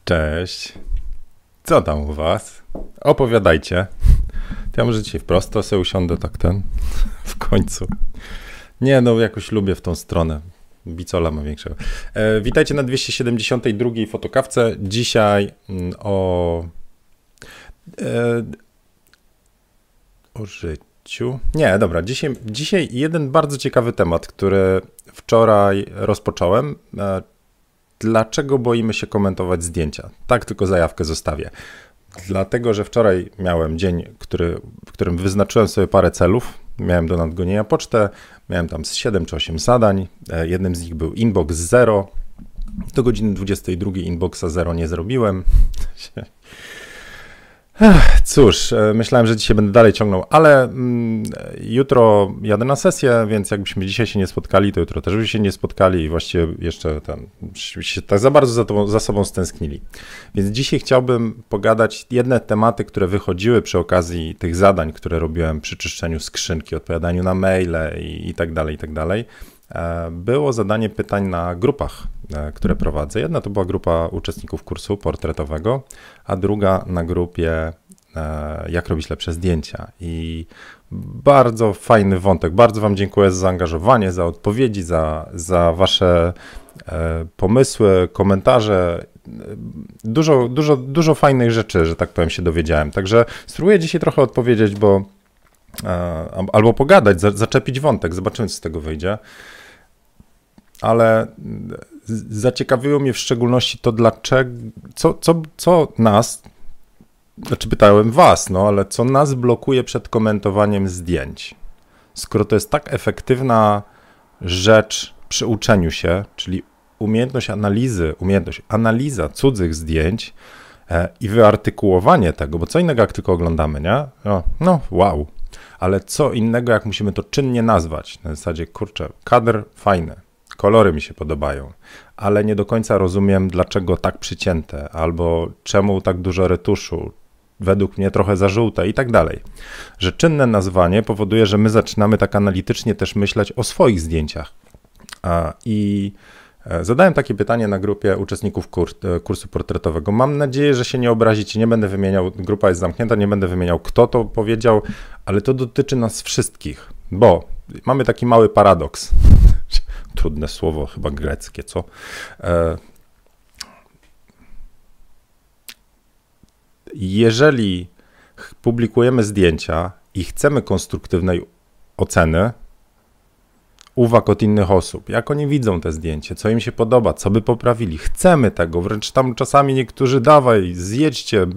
Cześć. Co tam u was? Opowiadajcie. To ja może dzisiaj wprost sobie usiądę w końcu. Nie, no jakoś lubię w tą stronę. Bicola ma większego. Witajcie na 272 fotokawce. Dzisiaj o życiu. Nie, dobra. Dzisiaj jeden bardzo ciekawy temat, który wczoraj rozpocząłem. Dlaczego boimy się komentować zdjęcia? Tak tylko zajawkę zostawię. Dlatego, że wczoraj miałem dzień, w którym wyznaczyłem sobie parę celów. Miałem do nadgonienia pocztę, miałem tam z 7 czy 8 zadań. Jednym z nich był inbox 0. Do godziny 22 inboxa 0 nie zrobiłem. Cóż, myślałem, że dzisiaj będę dalej ciągnął, ale jutro jadę na sesję, więc jakbyśmy dzisiaj się nie spotkali, to jutro też by się nie spotkali i właściwie jeszcze się tak za bardzo za sobą stęsknili. Więc dzisiaj chciałbym pogadać jedne tematy, które wychodziły przy okazji tych zadań, które robiłem przy czyszczeniu skrzynki, odpowiadaniu na maile i tak dalej, i tak dalej. Było zadanie pytań na grupach, które prowadzę. Jedna to była grupa uczestników kursu portretowego, a druga na grupie jak robić lepsze zdjęcia. I bardzo fajny wątek. Bardzo wam dziękuję za zaangażowanie, za odpowiedzi, za wasze pomysły, komentarze. Dużo fajnych rzeczy, że tak powiem, się dowiedziałem. Także spróbuję dzisiaj trochę odpowiedzieć, albo pogadać, zaczepić wątek, zobaczymy, co z tego wyjdzie. Ale zaciekawiło mnie w szczególności to, dlaczego, co nas, znaczy pytałem was, ale co nas blokuje przed komentowaniem zdjęć? Skoro to jest tak efektywna rzecz przy uczeniu się, czyli analiza cudzych zdjęć i wyartykułowanie tego, bo co innego jak tylko oglądamy, nie? No wow. Ale co innego, jak musimy to czynnie nazwać. Na zasadzie, kurczę, kadr fajny, kolory mi się podobają, ale nie do końca rozumiem, dlaczego tak przycięte, albo czemu tak dużo retuszu, według mnie trochę za żółte i tak dalej. Że czynne nazwanie powoduje, że my zaczynamy tak analitycznie też myśleć o swoich zdjęciach. I zadałem takie pytanie na grupie uczestników kursu portretowego. Mam nadzieję, że się nie obrazicie, nie będę wymieniał, grupa jest zamknięta, nie będę wymieniał, kto to powiedział, ale to dotyczy nas wszystkich, bo mamy taki mały paradoks. Trudne słowo, chyba greckie, co? Jeżeli publikujemy zdjęcia i chcemy konstruktywnej oceny, uwag od innych osób, jak oni widzą te zdjęcie, co im się podoba, co by poprawili. Chcemy tego, wręcz tam czasami niektórzy dawaj, zjedźcie,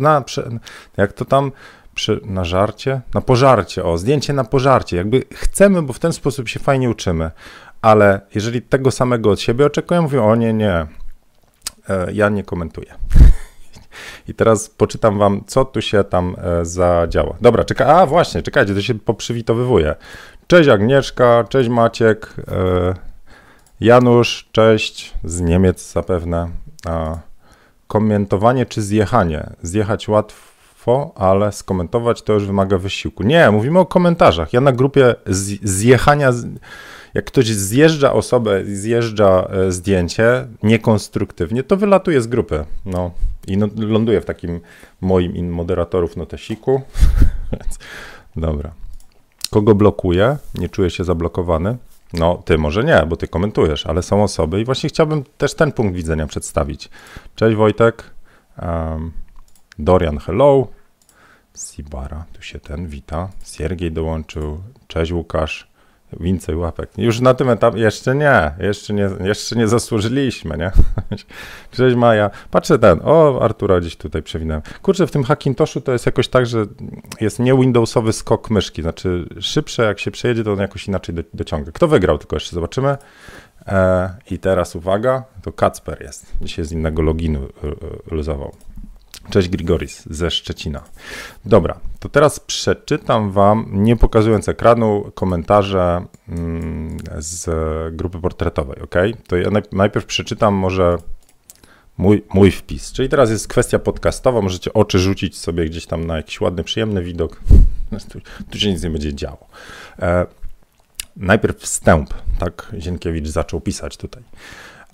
na żarcie? Na pożarcie, zdjęcie na pożarcie, jakby chcemy, bo w ten sposób się fajnie uczymy, ale jeżeli tego samego od siebie oczekują, mówią, o nie, ja nie komentuję. I teraz poczytam wam, co tu się tam zadziało. Dobra, czekajcie, to się poprzywitowywuje. Cześć Agnieszka, cześć Maciek, Janusz, cześć, z Niemiec zapewne. Komentowanie czy zjechanie? Zjechać łatwo, ale skomentować to już wymaga wysiłku. Nie, mówimy o komentarzach. Ja na grupie zjechania, jak ktoś zjeżdża zdjęcie niekonstruktywnie, to wylatuje z grupy. I ląduje w takim moim moderatorów notesiku. Dobra. Kogo blokuje? Nie czuję się zablokowany? Ty może nie, bo ty komentujesz, ale są osoby i właśnie chciałbym też ten punkt widzenia przedstawić. Cześć Wojtek, Dorian hello, Sibara, tu się wita, Siergiej dołączył, cześć Łukasz, więcej łapek. Już na tym etapie jeszcze nie zasłużyliśmy, nie? Cześć Maja. Patrzę Artura gdzieś tutaj przewinąłem. Kurczę, w tym Hackintoshu to jest jakoś tak, że jest nie Windowsowy skok myszki, znaczy szybsze jak się przejedzie, to on jakoś inaczej dociąga. Kto wygrał, tylko jeszcze zobaczymy. I teraz uwaga, to Kacper jest. Dzisiaj z innego loginu luzował. Cześć Grigoris ze Szczecina. Dobra, to teraz przeczytam wam, nie pokazując ekranu, komentarze z grupy portretowej, ok? To ja najpierw przeczytam może mój wpis, czyli teraz jest kwestia podcastowa, możecie oczy rzucić sobie gdzieś tam na jakiś ładny, przyjemny widok, tu się nic nie będzie działo. Najpierw wstęp, tak Zienkiewicz zaczął pisać tutaj.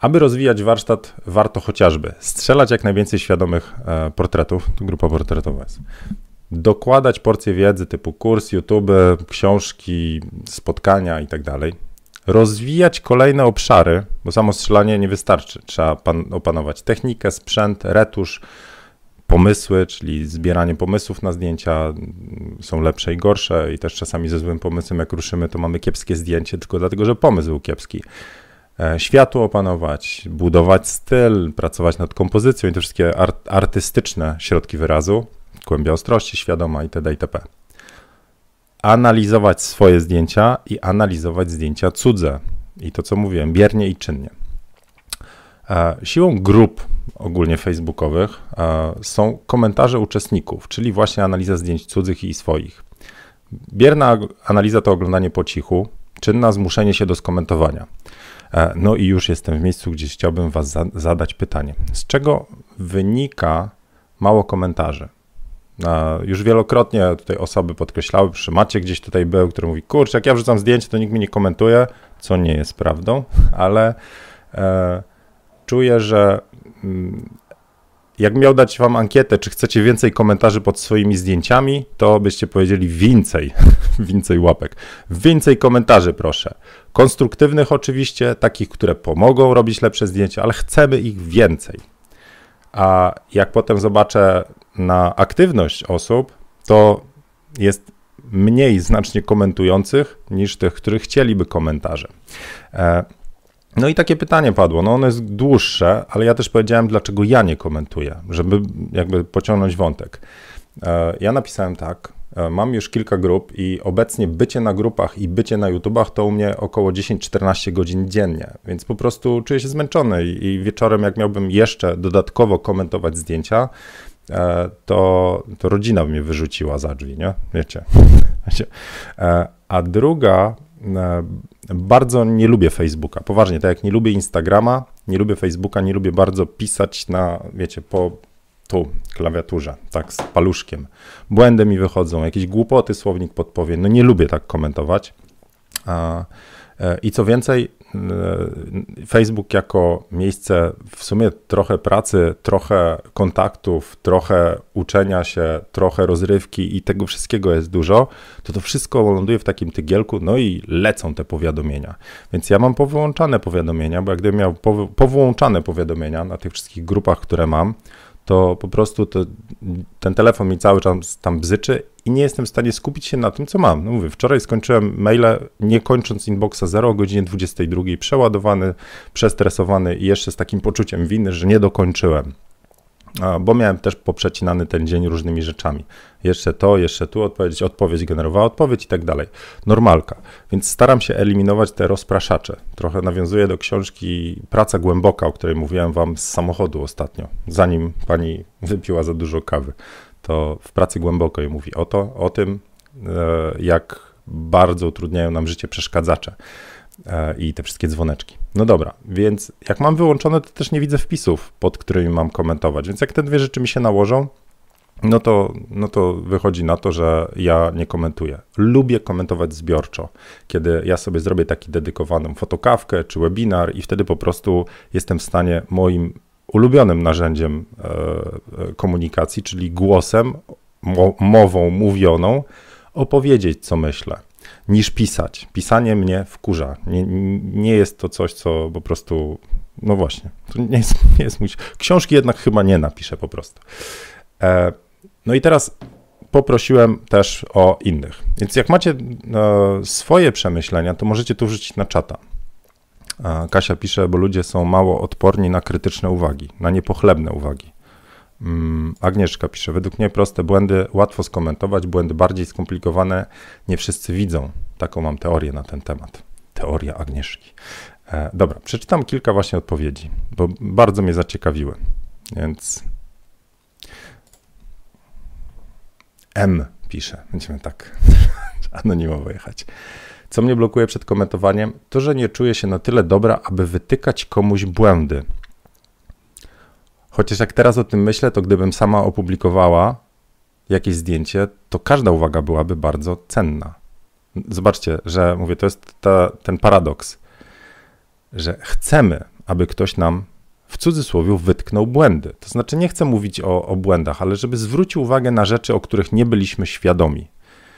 Aby rozwijać warsztat, warto chociażby strzelać jak najwięcej świadomych portretów, to grupa portretowa jest, dokładać porcje wiedzy typu kurs, YouTube, książki, spotkania i tak dalej, rozwijać kolejne obszary, bo samo strzelanie nie wystarczy, trzeba opanować technikę, sprzęt, retusz, pomysły, czyli zbieranie pomysłów na zdjęcia, są lepsze i gorsze i też czasami ze złym pomysłem jak ruszymy, to mamy kiepskie zdjęcie tylko dlatego, że pomysł był kiepski. Światło opanować, budować styl, pracować nad kompozycją i te wszystkie artystyczne środki wyrazu, głębia ostrości świadoma itd. itp. Analizować swoje zdjęcia i analizować zdjęcia cudze. I to, co mówiłem, biernie i czynnie. Siłą grup ogólnie facebookowych są komentarze uczestników, czyli właśnie analiza zdjęć cudzych i swoich. Bierna analiza to oglądanie po cichu, czynna zmuszenie się do skomentowania. No i już jestem w miejscu, gdzie chciałbym was zadać pytanie. Z czego wynika mało komentarzy? Już wielokrotnie tutaj osoby podkreślały, przy Macie gdzieś tutaj był, który mówi, kurczę, jak ja wrzucam zdjęcie, to nikt mi nie komentuje, co nie jest prawdą, ale czuję, że jak miał dać wam ankietę, czy chcecie więcej komentarzy pod swoimi zdjęciami, to byście powiedzieli więcej łapek. Więcej komentarzy proszę. Konstruktywnych oczywiście, takich, które pomogą robić lepsze zdjęcia, ale chcemy ich więcej. A jak potem zobaczę na aktywność osób, to jest mniej znacznie komentujących niż tych, których chcieliby komentarze. No i takie pytanie padło, no ono jest dłuższe, ale ja też powiedziałem, dlaczego ja nie komentuję, żeby jakby pociągnąć wątek. Ja napisałem tak, mam już kilka grup i obecnie bycie na grupach i bycie na YouTubach to u mnie około 10-14 godzin dziennie, więc po prostu czuję się zmęczony i wieczorem jak miałbym jeszcze dodatkowo komentować zdjęcia, to rodzina by mnie wyrzuciła za drzwi, nie? Wiecie. A druga, bardzo nie lubię Facebooka, poważnie, tak jak nie lubię Instagrama, nie lubię Facebooka, nie lubię bardzo pisać na, wiecie, po tu klawiaturze, tak, z paluszkiem. Błędy mi wychodzą, jakieś głupoty słownik podpowie, no nie lubię tak komentować. I co więcej, Facebook jako miejsce w sumie trochę pracy, trochę kontaktów, trochę uczenia się, trochę rozrywki i tego wszystkiego jest dużo, to wszystko ląduje w takim tygielku, no i lecą te powiadomienia. Więc ja mam powyłączane powiadomienia, bo jak gdybym miał powłączane powiadomienia na tych wszystkich grupach, które mam, to po prostu ten telefon mi cały czas tam bzyczy i nie jestem w stanie skupić się na tym, co mam. No mówię, wczoraj skończyłem maile, nie kończąc inboxa 0 o godzinie 22, przeładowany, przestresowany i jeszcze z takim poczuciem winy, że nie dokończyłem. Bo miałem też poprzecinany ten dzień różnymi rzeczami. Jeszcze tu odpowiedź generowała odpowiedź i tak dalej. Normalka. Więc staram się eliminować te rozpraszacze. Trochę nawiązuję do książki Praca głęboka, o której mówiłem wam z samochodu ostatnio, zanim pani wypiła za dużo kawy. To w Pracy głębokej mówi o tym, jak bardzo utrudniają nam życie przeszkadzacze i te wszystkie dzwoneczki. No dobra, więc jak mam wyłączone, to też nie widzę wpisów, pod którymi mam komentować, więc jak te dwie rzeczy mi się nałożą, no to wychodzi na to, że ja nie komentuję. Lubię komentować zbiorczo, kiedy ja sobie zrobię taki dedykowaną fotokawkę czy webinar i wtedy po prostu jestem w stanie moim ulubionym narzędziem komunikacji, czyli głosem, mową mówioną, opowiedzieć, co myślę, niż pisać. Pisanie mnie wkurza. Nie jest to coś, co po prostu, no właśnie, to nie jest mój... Książki jednak chyba nie napiszę po prostu. No i teraz poprosiłem też o innych. Więc jak macie swoje przemyślenia, to możecie tu wrzucić na czata. Kasia pisze, bo ludzie są mało odporni na krytyczne uwagi, na niepochlebne uwagi. Agnieszka pisze, według mnie proste błędy łatwo skomentować, błędy bardziej skomplikowane nie wszyscy widzą. Taką mam teorię na ten temat. Teoria Agnieszki. Dobra, przeczytam kilka właśnie odpowiedzi, bo bardzo mnie zaciekawiły. Więc M pisze, będziemy tak anonimowo jechać. Co mnie blokuje przed komentowaniem? To, że nie czuję się na tyle dobra, aby wytykać komuś błędy. Chociaż jak teraz o tym myślę, to gdybym sama opublikowała jakieś zdjęcie, to każda uwaga byłaby bardzo cenna. Zobaczcie, że mówię, to jest ten paradoks, że chcemy, aby ktoś nam w cudzysłowie wytknął błędy. To znaczy nie chcę mówić o błędach, ale żeby zwrócił uwagę na rzeczy, o których nie byliśmy świadomi.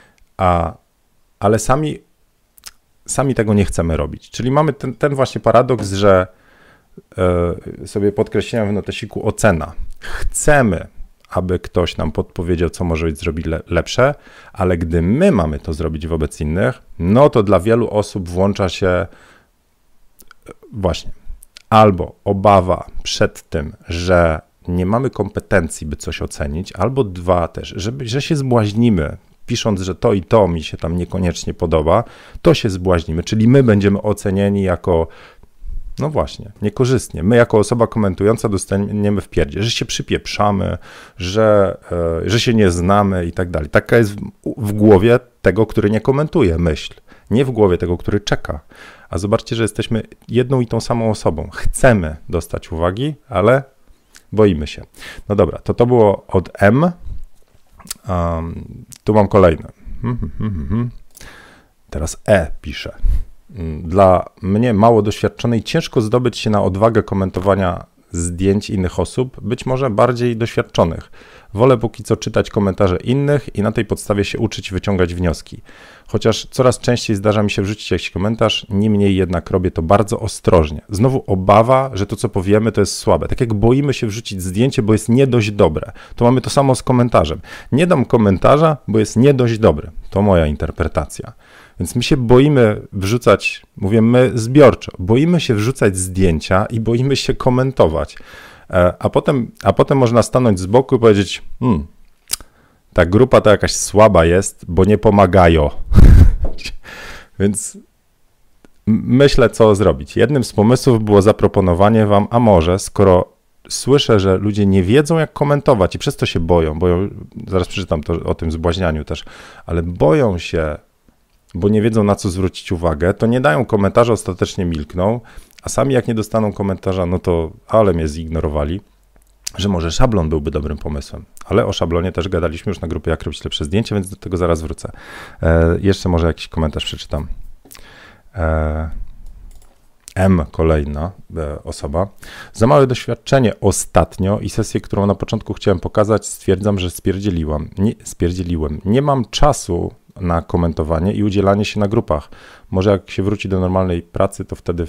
Ale sami tego nie chcemy robić. Czyli mamy ten właśnie paradoks, że sobie podkreśliłem w notesiku ocena. Chcemy, aby ktoś nam podpowiedział, co może być zrobić lepsze, ale gdy my mamy to zrobić wobec innych, no to dla wielu osób włącza się właśnie albo obawa przed tym, że nie mamy kompetencji, by coś ocenić, albo dwa też, że się zbłaźnimy, pisząc, że to i to mi się tam niekoniecznie podoba, to się zbłaźnimy, czyli my będziemy ocenieni jako, no właśnie, niekorzystnie. My jako osoba komentująca dostaniemy w pierdzie, że się przypieprzamy, że się nie znamy i tak dalej. Taka jest w głowie tego, który nie komentuje, myśl, nie w głowie tego, który czeka. A zobaczcie, że jesteśmy jedną i tą samą osobą. Chcemy dostać uwagi, ale boimy się. No dobra, to było od M. Tu mam kolejne. Teraz E pisze. Dla mnie mało doświadczonej ciężko zdobyć się na odwagę komentowania zdjęć innych osób, być może bardziej doświadczonych. Wolę póki co czytać komentarze innych i na tej podstawie się uczyć wyciągać wnioski. Chociaż coraz częściej zdarza mi się wrzucić jakiś komentarz, niemniej jednak robię to bardzo ostrożnie. Znowu obawa, że to co powiemy to jest słabe. Tak jak boimy się wrzucić zdjęcie, bo jest nie dość dobre. To mamy to samo z komentarzem. Nie dam komentarza, bo jest nie dość dobry. To moja interpretacja. Więc my się boimy wrzucać, mówię my zbiorczo, boimy się wrzucać zdjęcia i boimy się komentować. A potem można stanąć z boku i powiedzieć, ta grupa to jakaś słaba jest, bo nie pomagają. Więc myślę, co zrobić. Jednym z pomysłów było zaproponowanie wam, a może skoro słyszę, że ludzie nie wiedzą, jak komentować i przez to się boją, zaraz przeczytam to o tym zbłaźnianiu też, ale boją się, bo nie wiedzą, na co zwrócić uwagę, to nie dają komentarza, ostatecznie milkną, a sami jak nie dostaną komentarza, no to ale mnie zignorowali, że może szablon byłby dobrym pomysłem. Ale o szablonie też gadaliśmy już na grupie Jak robić lepsze zdjęcie, więc do tego zaraz wrócę. Jeszcze może jakiś komentarz przeczytam. M, kolejna osoba. Za małe doświadczenie ostatnio i sesję, którą na początku chciałem pokazać, stwierdzam, że spierdzieliłem. Nie mam czasu na komentowanie i udzielanie się na grupach. Może jak się wróci do normalnej pracy, to wtedy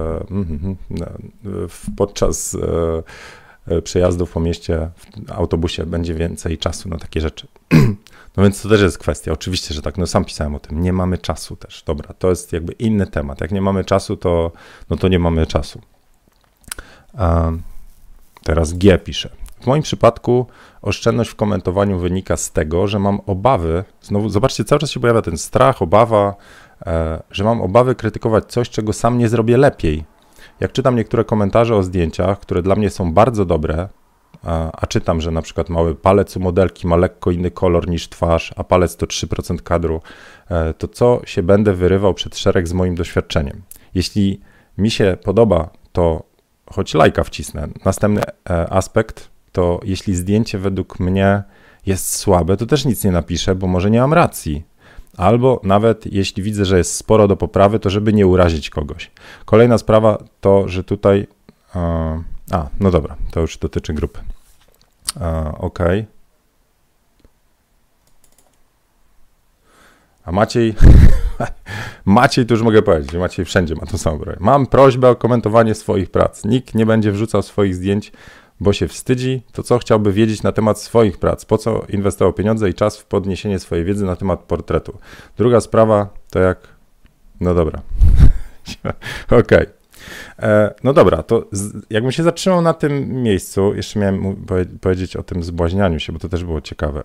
podczas przejazdów po mieście w autobusie będzie więcej czasu na takie rzeczy. No więc to też jest kwestia. Oczywiście, że tak, no sam pisałem o tym. Nie mamy czasu też. Dobra, to jest jakby inny temat. Jak nie mamy czasu, to nie mamy czasu. Teraz G pisze. W moim przypadku oszczędność w komentowaniu wynika z tego, że mam obawy, znowu zobaczcie, cały czas się pojawia ten strach, obawa, że mam obawy krytykować coś, czego sam nie zrobię lepiej. Jak czytam niektóre komentarze o zdjęciach, które dla mnie są bardzo dobre, a czytam, że na przykład mały palec u modelki ma lekko inny kolor niż twarz, a palec to 3% kadru, to co się będę wyrywał przed szereg z moim doświadczeniem. Jeśli mi się podoba, to choć lajka wcisnę. Następny aspekt to jeśli zdjęcie według mnie jest słabe, to też nic nie napiszę, bo może nie mam racji. Albo nawet jeśli widzę, że jest sporo do poprawy, to żeby nie urazić kogoś. Kolejna sprawa to, że tutaj... no dobra, to już dotyczy grupy. OK. A Maciej... Maciej to już mogę powiedzieć, Maciej wszędzie ma tą samą broń. Mam prośbę o komentowanie swoich prac. Nikt nie będzie wrzucał swoich zdjęć, bo się wstydzi. To co chciałby wiedzieć na temat swoich prac? Po co inwestował pieniądze i czas w podniesienie swojej wiedzy na temat portretu? Druga sprawa to jak... No dobra. Okej. No dobra, to jakbym się zatrzymał na tym miejscu, jeszcze miałem powiedzieć o tym zbłaźnianiu się, bo to też było ciekawe.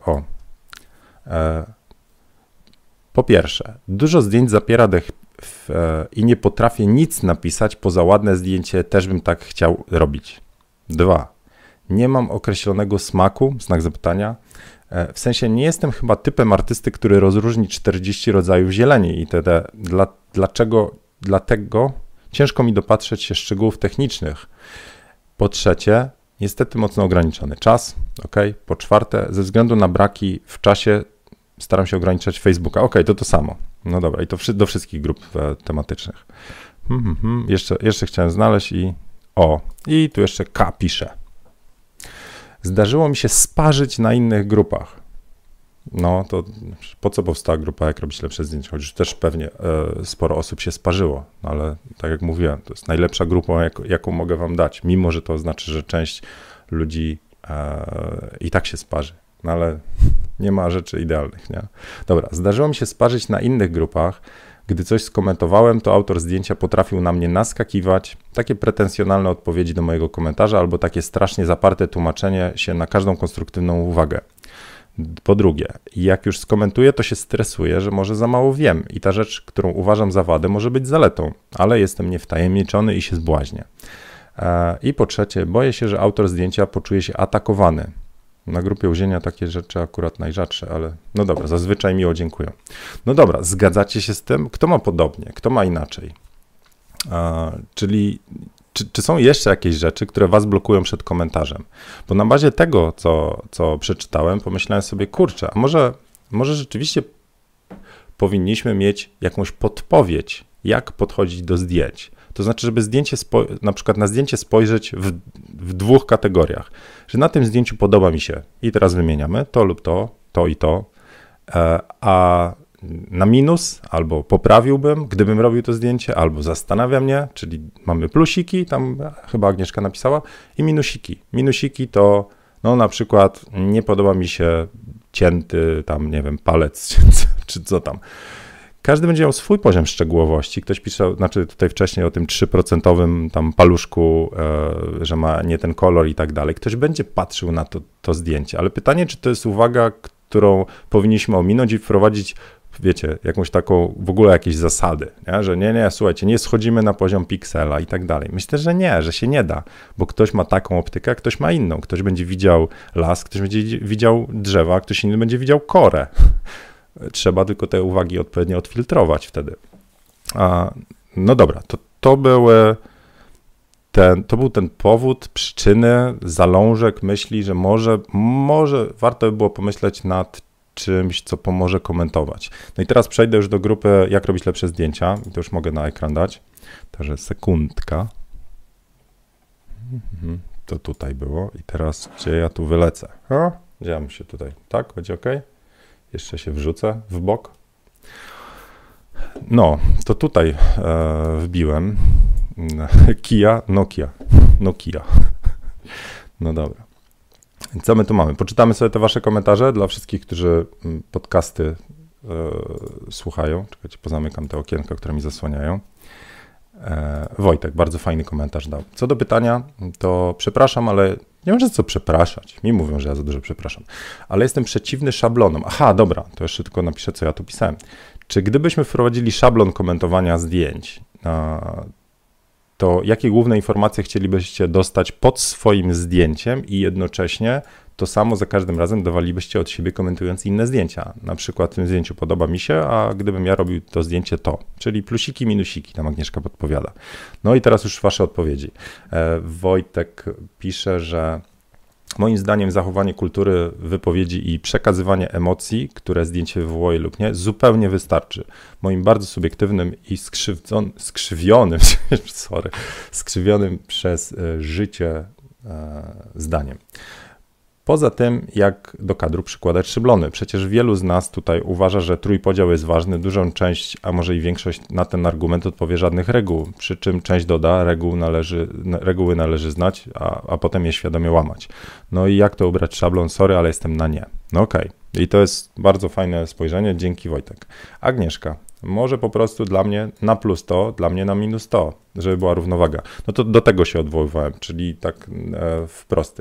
Po pierwsze, dużo zdjęć zapiera dech i nie potrafię nic napisać poza ładne zdjęcie, też bym tak chciał robić. 2. Nie mam określonego smaku, znak zapytania. W sensie nie jestem chyba typem artysty, który rozróżni 40 rodzajów zieleni i itd. Dlatego ciężko mi dopatrzeć się szczegółów technicznych. Po trzecie, niestety mocno ograniczony czas. Po czwarte, ze względu na braki w czasie staram się ograniczać Facebooka. To samo. No dobra, i to do wszystkich grup tematycznych. Jeszcze chciałem znaleźć i O, i tu jeszcze K pisze. Zdarzyło mi się sparzyć na innych grupach. No to po co powstała grupa, jak robić lepsze zdjęcia? Chociaż też pewnie sporo osób się sparzyło, no ale tak jak mówiłem, to jest najlepsza grupa, jaką mogę wam dać, mimo że to znaczy, że część ludzi i tak się sparzy, no ale nie ma rzeczy idealnych, nie? Dobra, zdarzyło mi się sparzyć na innych grupach. Gdy coś skomentowałem, to autor zdjęcia potrafił na mnie naskakiwać, takie pretensjonalne odpowiedzi do mojego komentarza albo takie strasznie zaparte tłumaczenie się na każdą konstruktywną uwagę. Po drugie, jak już skomentuję, to się stresuję, że może za mało wiem i ta rzecz, którą uważam za wadę, może być zaletą, ale jestem niewtajemniczony i się zbłaźnię. I po trzecie, boję się, że autor zdjęcia poczuje się atakowany. Na grupie Uzienia takie rzeczy akurat najrzadsze, ale no dobra, zazwyczaj miło dziękuję. No dobra, zgadzacie się z tym? Kto ma podobnie, kto ma inaczej? Czyli czy są jeszcze jakieś rzeczy, które was blokują przed komentarzem? Bo na bazie tego, co przeczytałem, pomyślałem sobie, kurczę, a może rzeczywiście powinniśmy mieć jakąś podpowiedź, jak podchodzić do zdjęć. To znaczy, żeby na przykład na zdjęcie spojrzeć w dwóch kategoriach, że na tym zdjęciu podoba mi się i teraz wymieniamy to lub to i to, a na minus albo poprawiłbym, gdybym robił to zdjęcie, albo zastanawia mnie, czyli mamy plusiki, tam chyba Agnieszka napisała, i minusiki. Minusiki to no na przykład nie podoba mi się cięty tam, nie wiem, palec czy co tam. Każdy będzie miał swój poziom szczegółowości. Ktoś pisze, znaczy tutaj wcześniej o tym 3% tam paluszku, że ma nie ten kolor i tak dalej. Ktoś będzie patrzył na to zdjęcie, ale pytanie, czy to jest uwaga, którą powinniśmy ominąć i wprowadzić, wiecie, jakąś taką, w ogóle jakieś zasady, nie? Że nie, słuchajcie, nie schodzimy na poziom piksela i tak dalej. Myślę, że nie, że się nie da, bo ktoś ma taką optykę, a ktoś ma inną. Ktoś będzie widział las, ktoś będzie widział drzewa, a ktoś inny będzie widział korę. Trzeba tylko te uwagi odpowiednio odfiltrować wtedy. No dobra, to był ten powód, przyczyny, zalążek myśli, że może warto by było pomyśleć nad czymś, co pomoże komentować. No i teraz przejdę już do grupy, jak robić lepsze zdjęcia. I to już mogę na ekran dać. Także sekundka. To tutaj było. I teraz, gdzie ja tu wylecę? Gdzie ja się tutaj? Tak? Będzie ok? Jeszcze się wrzucę w bok. No, to tutaj wbiłem Nokia. No dobra. Co my tu mamy? Poczytamy sobie te wasze komentarze dla wszystkich, którzy podcasty słuchają. Czekajcie, pozamykam te okienka, które mi zasłaniają. Wojtek, bardzo fajny komentarz dał. Co do pytania, to przepraszam, ale nie mam co przepraszać. Mi mówią, że ja za dużo przepraszam. Ale jestem przeciwny szablonom. Aha, dobra, to jeszcze tylko napiszę, co ja tu pisałem. Czy gdybyśmy wprowadzili szablon komentowania zdjęć, to jakie główne informacje chcielibyście dostać pod swoim zdjęciem i jednocześnie to samo za każdym razem dawalibyście od siebie, komentując inne zdjęcia. Na przykład w tym zdjęciu podoba mi się, a gdybym ja robił to zdjęcie to, czyli plusiki, minusiki, tam Agnieszka podpowiada. No i teraz już wasze odpowiedzi. Wojtek pisze, że moim zdaniem zachowanie kultury wypowiedzi i przekazywanie emocji, które zdjęcie wywołuje lub nie, zupełnie wystarczy. Moim bardzo subiektywnym i skrzywionym przez życie zdaniem. Poza tym, jak do kadru przykładać szablony. Przecież wielu z nas tutaj uważa, że trójpodział jest ważny, dużą część, a może i większość na ten argument odpowie żadnych reguł, przy czym część doda, reguły należy znać, a potem je świadomie łamać. No i jak to ubrać szablon? Sorry, ale jestem na nie. No okej. I to jest bardzo fajne spojrzenie, dzięki Wojtek. Agnieszka, może po prostu dla mnie na plus to, dla mnie na minus to, żeby była równowaga. No to do tego się odwoływałem, czyli tak w prostym.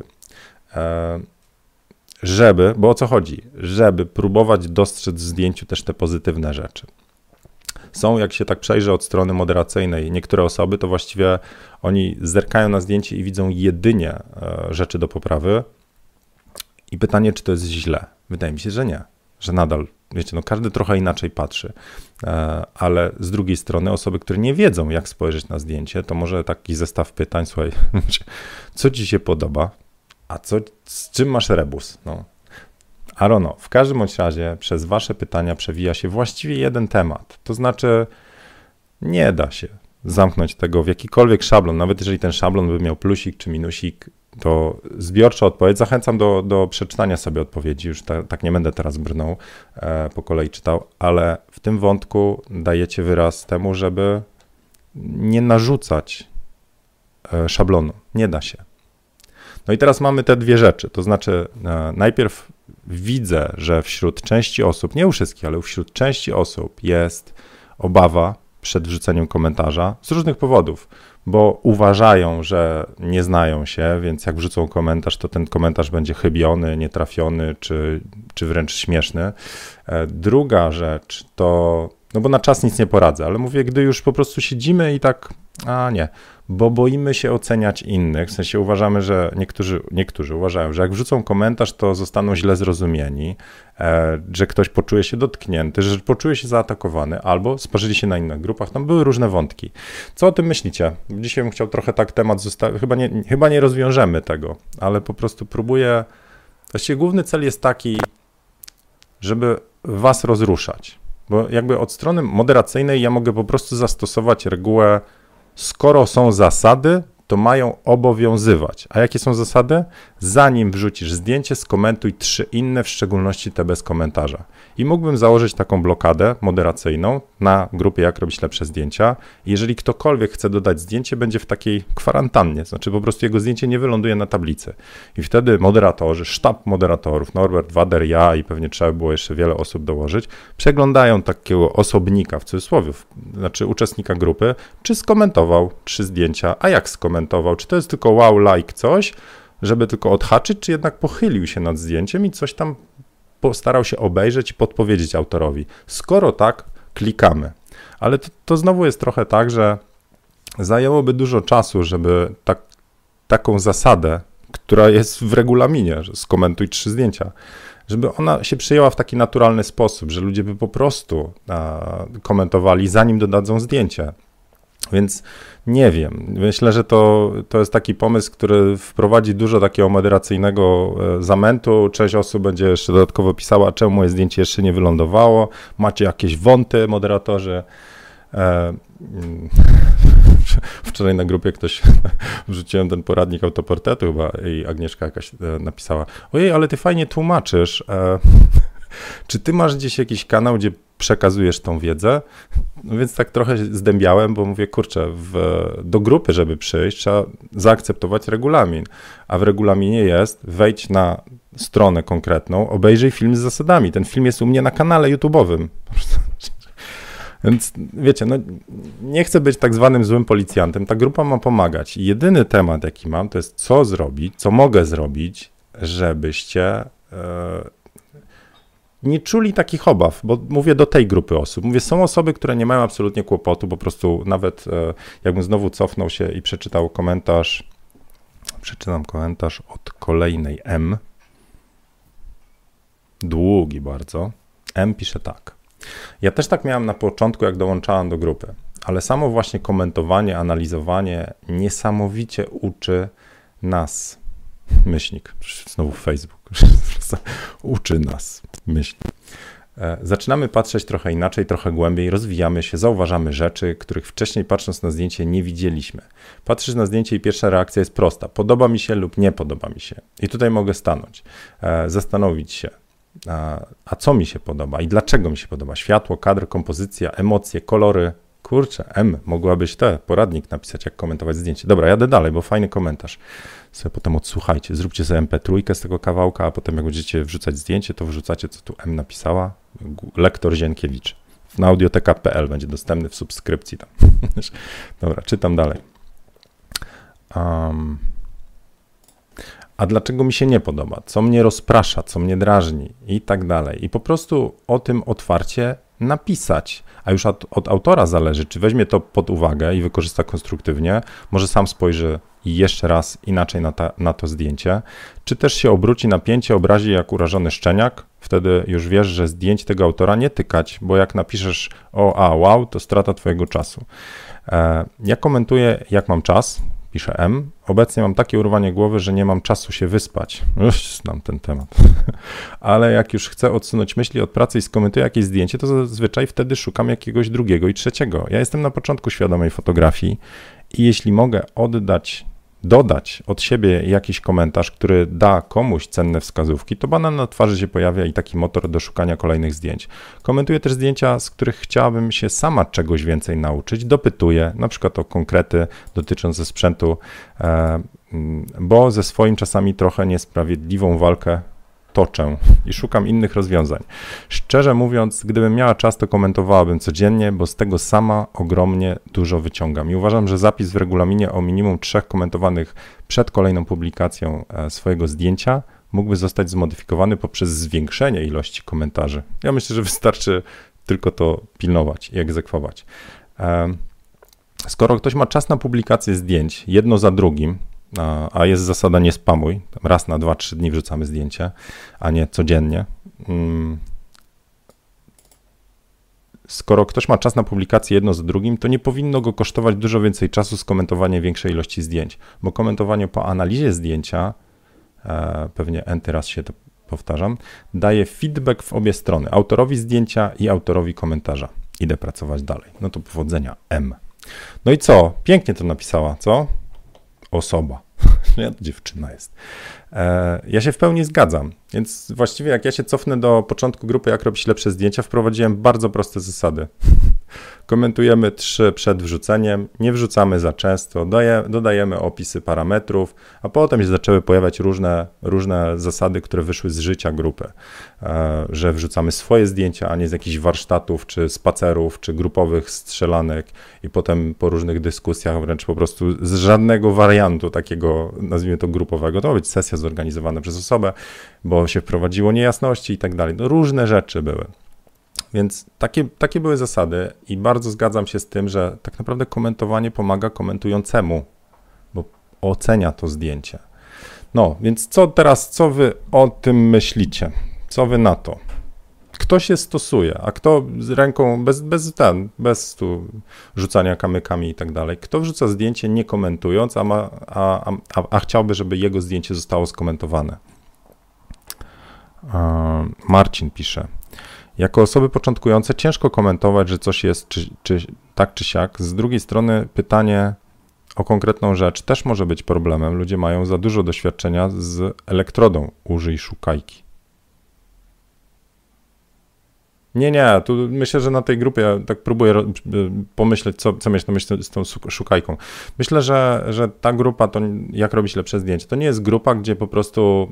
Bo o co chodzi? Żeby próbować dostrzec w zdjęciu też te pozytywne rzeczy. Są, jak się tak przejrzy od strony moderacyjnej, niektóre osoby to właściwie oni zerkają na zdjęcie i widzą jedynie rzeczy do poprawy i pytanie, czy to jest źle? Wydaje mi się, że nie, że nadal, wiecie, no każdy trochę inaczej patrzy, ale z drugiej strony osoby, które nie wiedzą, jak spojrzeć na zdjęcie, to może taki zestaw pytań, słuchaj, co ci się podoba? A z czym masz rebus? No. I don't know. W każdym bądź razie przez wasze pytania przewija się właściwie jeden temat. To znaczy nie da się zamknąć tego w jakikolwiek szablon, nawet jeżeli ten szablon by miał plusik czy minusik, to zbiorcza odpowiedź, zachęcam do przeczytania sobie odpowiedzi, już tak nie będę teraz brnął, po kolei czytał, ale w tym wątku dajecie wyraz temu, żeby nie narzucać szablonu, nie da się. No i teraz mamy te dwie rzeczy, to znaczy najpierw widzę, że wśród części osób, nie u wszystkich, ale wśród części osób jest obawa przed wrzuceniem komentarza z różnych powodów, bo uważają, że nie znają się, więc jak wrzucą komentarz, to ten komentarz będzie chybiony, nietrafiony czy wręcz śmieszny. Druga rzecz to, no bo na czas nic nie poradzę, ale mówię, gdy już po prostu siedzimy i tak, nie, bo boimy się oceniać innych, w sensie uważamy, że niektórzy uważają, że jak wrzucą komentarz, to zostaną źle zrozumieni, że ktoś poczuje się dotknięty, że poczuje się zaatakowany, albo sparzyli się na innych grupach, tam były różne wątki. Co o tym myślicie? Dzisiaj bym chciał trochę tak temat zostawić, chyba nie rozwiążemy tego, ale po prostu próbuję, właściwie główny cel jest taki, żeby was rozruszać, bo jakby od strony moderacyjnej ja mogę po prostu zastosować regułę, skoro są zasady, to mają obowiązywać. A jakie są zasady? Zanim wrzucisz zdjęcie, skomentuj 3 inne, w szczególności te bez komentarza. I mógłbym założyć taką blokadę moderacyjną na grupie Jak robić lepsze zdjęcia. Jeżeli ktokolwiek chce dodać zdjęcie, będzie w takiej kwarantannie, znaczy po prostu jego zdjęcie nie wyląduje na tablicy. I wtedy moderatorzy, sztab moderatorów, Norbert, Wader, ja i pewnie trzeba było jeszcze wiele osób dołożyć, przeglądają takiego osobnika, w cudzysłowie, znaczy uczestnika grupy, czy skomentował 3 zdjęcia, a jak skomentował, czy to jest tylko wow, like, coś, żeby tylko odhaczyć, czy jednak pochylił się nad zdjęciem i coś tam postarał się obejrzeć i podpowiedzieć autorowi. Skoro tak, klikamy. Ale to znowu jest trochę tak, że zajęłoby dużo czasu, żeby taką zasadę, która jest w regulaminie, że skomentuj 3 zdjęcia, żeby ona się przyjęła w taki naturalny sposób, że ludzie by po prostu komentowali, zanim dodadzą zdjęcie. Więc nie wiem, myślę, że to jest taki pomysł, który wprowadzi dużo takiego moderacyjnego zamętu. Część osób będzie jeszcze dodatkowo pisała, czemu moje zdjęcie jeszcze nie wylądowało, macie jakieś wąty, moderatorzy. Wczoraj na grupie wrzuciłem ten poradnik autoportretu chyba i Agnieszka jakaś napisała, ojej, ale ty fajnie tłumaczysz. Czy ty masz gdzieś jakiś kanał, gdzie przekazujesz tą wiedzę? No więc tak trochę zdębiałem, bo mówię, kurczę, do grupy, żeby przyjść, trzeba zaakceptować regulamin, a w regulaminie jest, wejdź na stronę konkretną, obejrzyj film z zasadami. Ten film jest u mnie na kanale YouTube'owym. Więc wiecie, no nie chcę być tak zwanym złym policjantem, ta grupa ma pomagać. I jedyny temat, jaki mam, to jest co zrobić, co mogę zrobić, żebyście nie czuli takich obaw, bo mówię do tej grupy osób. Mówię, są osoby, które nie mają absolutnie kłopotu, po prostu nawet jakbym znowu cofnął się i przeczytam komentarz od kolejnej M, długi bardzo. M pisze tak. Ja też tak miałem na początku, jak dołączałem do grupy, ale samo właśnie komentowanie, analizowanie niesamowicie uczy nas, myślnik, znowu Facebook, uczy nas, myślnik. Zaczynamy patrzeć trochę inaczej, trochę głębiej, rozwijamy się, zauważamy rzeczy, których wcześniej patrząc na zdjęcie nie widzieliśmy. Patrzysz na zdjęcie i pierwsza reakcja jest prosta, podoba mi się lub nie podoba mi się. I tutaj mogę stanąć, zastanowić się, a co mi się podoba i dlaczego mi się podoba. Światło, kadr, kompozycja, emocje, kolory. Kurczę, mogłabyś poradnik napisać, jak komentować zdjęcie. Dobra, jadę dalej, bo fajny komentarz. Sobie potem odsłuchajcie, zróbcie sobie MP3 z tego kawałka, a potem jak będziecie wrzucać zdjęcie, to wrzucacie, co tu M napisała. Lektor Zienkiewicz. Na audioteka.pl będzie dostępny w subskrypcji tam. Dobra, czytam dalej. A dlaczego mi się nie podoba? Co mnie rozprasza, co mnie drażni i tak dalej. I po prostu o tym otwarcie napisać. A już od autora zależy, czy weźmie to pod uwagę i wykorzysta konstruktywnie, może sam spojrzy jeszcze raz inaczej na to zdjęcie, czy też się obróci napięcie, obrazi jak urażony szczeniak, wtedy już wiesz, że zdjęć tego autora nie tykać, bo jak napiszesz wow, to strata twojego czasu. Ja komentuję, jak mam czas, pisze M. Obecnie mam takie urwanie głowy, że nie mam czasu się wyspać. Już znam ten temat. Ale jak już chcę odsunąć myśli od pracy i skomentuję jakieś zdjęcie, to zazwyczaj wtedy szukam jakiegoś drugiego i trzeciego. Ja jestem na początku świadomej fotografii i jeśli mogę dodać od siebie jakiś komentarz, który da komuś cenne wskazówki, to banan na twarzy się pojawia i taki motor do szukania kolejnych zdjęć. Komentuję też zdjęcia, z których chciałabym się sama czegoś więcej nauczyć, dopytuję, na przykład o konkrety dotyczące sprzętu, bo ze swoim czasami trochę niesprawiedliwą walkę toczę i szukam innych rozwiązań. Szczerze mówiąc, gdybym miała czas, to komentowałabym codziennie, bo z tego sama ogromnie dużo wyciągam. I uważam, że zapis w regulaminie o minimum 3 komentowanych przed kolejną publikacją swojego zdjęcia mógłby zostać zmodyfikowany poprzez zwiększenie ilości komentarzy. Ja myślę, że wystarczy tylko to pilnować i egzekwować. Skoro ktoś ma czas na publikację zdjęć jedno za drugim, a jest zasada nie spamuj, raz na 2-3 dni wrzucamy zdjęcie, a nie codziennie. Skoro ktoś ma czas na publikację jedno za drugim, to nie powinno go kosztować dużo więcej czasu skomentowanie większej ilości zdjęć, bo komentowanie po analizie zdjęcia, pewnie enty raz się to powtarzam, daje feedback w obie strony, autorowi zdjęcia i autorowi komentarza. Idę pracować dalej. No to powodzenia, M. No i co? Pięknie to napisała, co? Osoba. Nie, to dziewczyna jest. Ja się w pełni zgadzam, więc właściwie jak ja się cofnę do początku grupy Jak robić lepsze zdjęcia, wprowadziłem bardzo proste zasady. Komentujemy 3 przed wrzuceniem, nie wrzucamy za często, dodajemy opisy parametrów, a potem się zaczęły pojawiać różne zasady, które wyszły z życia grupy, że wrzucamy swoje zdjęcia, a nie z jakichś warsztatów, czy spacerów, czy grupowych strzelanek i potem po różnych dyskusjach, wręcz po prostu z żadnego wariantu takiego, nazwijmy to grupowego, to ma być sesja zorganizowana przez osobę, bo się wprowadziło niejasności i tak dalej. No, różne rzeczy były. Więc takie były zasady i bardzo zgadzam się z tym, że tak naprawdę komentowanie pomaga komentującemu, bo ocenia to zdjęcie. No, więc co wy o tym myślicie? Co wy na to? Kto się stosuje, a kto z ręką, bez tu rzucania kamykami i tak dalej, kto wrzuca zdjęcie nie komentując, a chciałby, żeby jego zdjęcie zostało skomentowane? Marcin pisze. Jako osoby początkujące ciężko komentować, że coś jest tak czy siak. Z drugiej strony pytanie o konkretną rzecz też może być problemem. Ludzie mają za dużo doświadczenia z elektrodą. Użyj szukajki. Nie, tu myślę, że na tej grupie ja tak próbuję pomyśleć, co mieć na myśli z tą szukajką. Myślę, że ta grupa, to jak robić lepsze zdjęcie, to nie jest grupa, gdzie po prostu